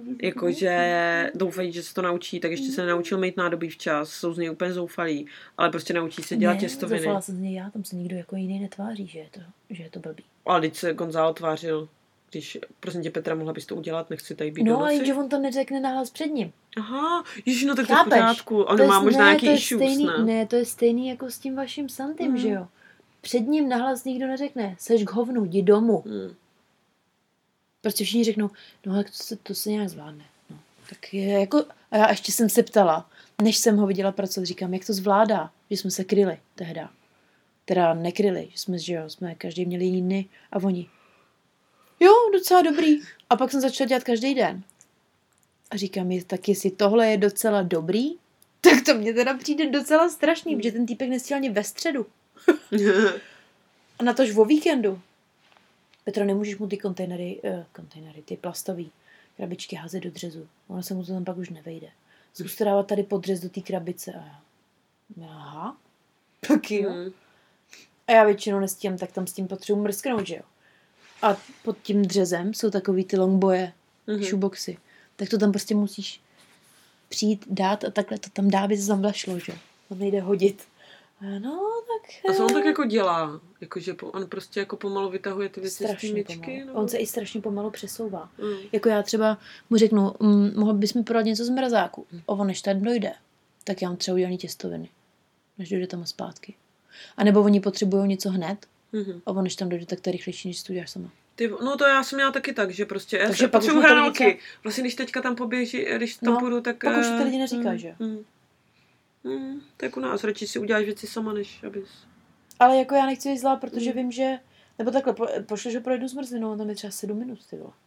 Jakože doufají, že se to naučí, tak ještě se nenaučil mít nádobí včas, jsou z něj úplně zoufalí, ale prostě naučí se dělat ne, těstoviny. zoufala jsem z něj já, tam se nikdo jako jiný netváří, že je to, že je to blbý. Ale teď se Gonzalo tvářil, když, prosím tě Petra, mohla bys to udělat, nechci tady být no, do noci. No, ale že on to neřekne nahlas před ním. Aha, ježiš, no tak Chápeš? to je v pořádku. On má možná ne, nějaký to issues, stejný, ne? Ne, to je stejný jako s tím vaším Santym, mm. že jo. Před ním nahlas nikdo neřekne, seš k hovnu, jdi domů. Mm. Prostě všichni řeknou, no tak to se, to se nějak zvládne. No, tak je jako, a já ještě jsem se ptala, než jsem ho viděla pracovat, říkám, jak to zvládá, že jsme se kryli tehda. Teda nekryli, že jsme, že jo, jsme každý měli jiný dny a oni. Jo, docela dobrý. A pak jsem začala dělat každý den. A říkám, je, tak jestli tohle je docela dobrý, tak to mě teda přijde docela strašný, protože ten týpek nestíhal ani ve středu. A na tož o víkendu. Petro, nemůžeš mu ty kontejnery, uh, kontejnery, ty plastový krabičky házet do dřezu. Ono se mu to tam pak už nevejde. Zkus to dávat tady podřez do té krabice. A já, aha, tak jo. Mm. A já většinou nestíhám, tak tam s tím potřebuji mrsknout, že jo. A pod tím dřezem jsou takový ty longboje, mm-hmm. shoeboxy. Tak to tam prostě musíš přijít, dát a takhle to tam dá, aby se tam vlešlo, že? To nejde hodit. No, tak... A co on tak jako dělá? Jakože on prostě jako pomalu vytahuje ty věci z té myčky? On se i strašně pomalu přesouvá. Mm. Jako já třeba mu řeknu, mm, mohl bys mi podat něco z mrazáku. Mm. A on než tady dojde, tak já mám třeba udělaný těstoviny. Než dojde tam a zpátky. A nebo oni potřebují něco hned. Mm-hmm. A on než tam dojde, tak to je rychlejší, než to uděláš sama. Ty, no to já jsem měla taky tak, že prostě já se potřebuji hranolky. Vlastně když teďka tam poběží, když tam no, půjdu, tak... pak už to lidi neříká, mm, že? Mm, mm, tak u nás radši si uděláš věci sama, než abys... Ale jako já nechci být zlá, protože mm. vím, že... Nebo takhle, po, pošleš ho pro jednu zmrzlinou, tam je třeba sedm minut, ty vole.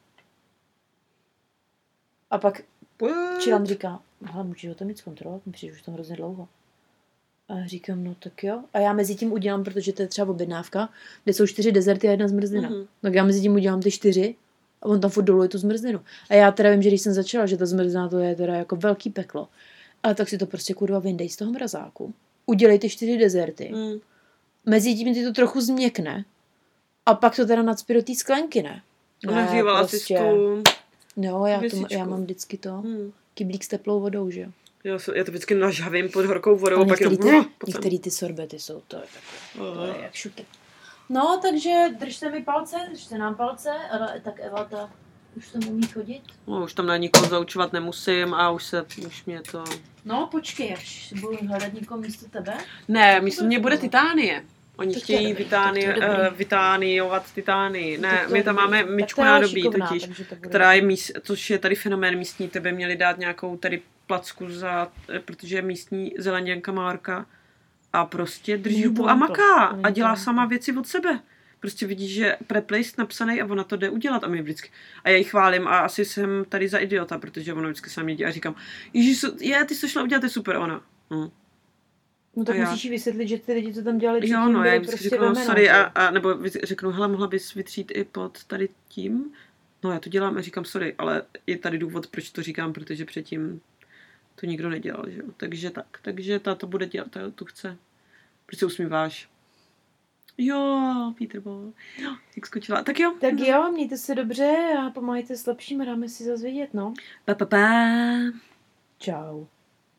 A pak Čilan říká, hele, můžeš ho to mít zkontrolovat, mi přijde už tam hrozně dlouho. A já říkám, no tak jo. A já mezi tím udělám, protože to je třeba objednávka, kde jsou čtyři dezerty a jedna zmrzlina. Mm-hmm. Tak já mezi tím udělám ty čtyři a on tam furt doluje tu zmrzlinu. A já teda vím, že když jsem začala, že ta zmrzlina to je teda jako velký peklo. Ale tak si to prostě kurva vyndej z toho mrazáku. Udělej ty čtyři dezerty. Mm. Mezi tím ty to trochu změkne. A pak to teda nacpi do té sklenky, ne? Nahřívala prostě... si tu... No, já, to, já mám vždycky to. Mm. Kyblík s teplou vodou, že jo? Já, já to vždycky nažhavím pod horkou vodou. A některý, pak ty, některý ty sorbety jsou to, je takové, oh. To je jak šuty. No, takže držte mi palce, držte nám palce, ale tak Eva ta už tam umí chodit. No, už tam na nikoho zaučovat nemusím a už se, už mě to... No, počkej, až budu hledat někoho místo tebe. Ne, myslím, mě bude Titánie. Oni tak chtějí Titánie, uh, Titániovat Titánii. Ne, my tam máme myčku nádobí totiž, která je míst, což je tady fenomén místní, tebe měli dát nějakou tady placku za, protože je místní zeleněnka Márka a prostě drží hubu a maká a dělá sama věci od sebe. Prostě vidíš, že preplaced napsaný a ona to jde udělat a my vždycky. A já ji chválím a asi jsem tady za idiota, protože ona vždycky sám jde a říkám, ježiš, je, ty jsi to šla udělat, to je super, ona. Hm. No tak A já- musíš jí vysvětlit, že ty lidi, co tam dělali předtím, Jo, no, já byli jim prostě vždycky řeknu, vemeno, sorry, že? a, a, nebo vy- řeknu, hele, mohla bys vytřít i pod tady tím? No, já to dělám a říkám, sorry, ale je tady důvod, proč to říkám, protože předtím to nikdo nedělal, že jo. Takže tak, takže ta to bude dělat, ta to chce. Proč se usmíváš? Jo, Peter Ball. Jo, jak skočila. Tak jo. Tak jo, mějte se dobře a pomáhajte slabším a dáme si zase vidět, no. Pa, pa, pa. Čau.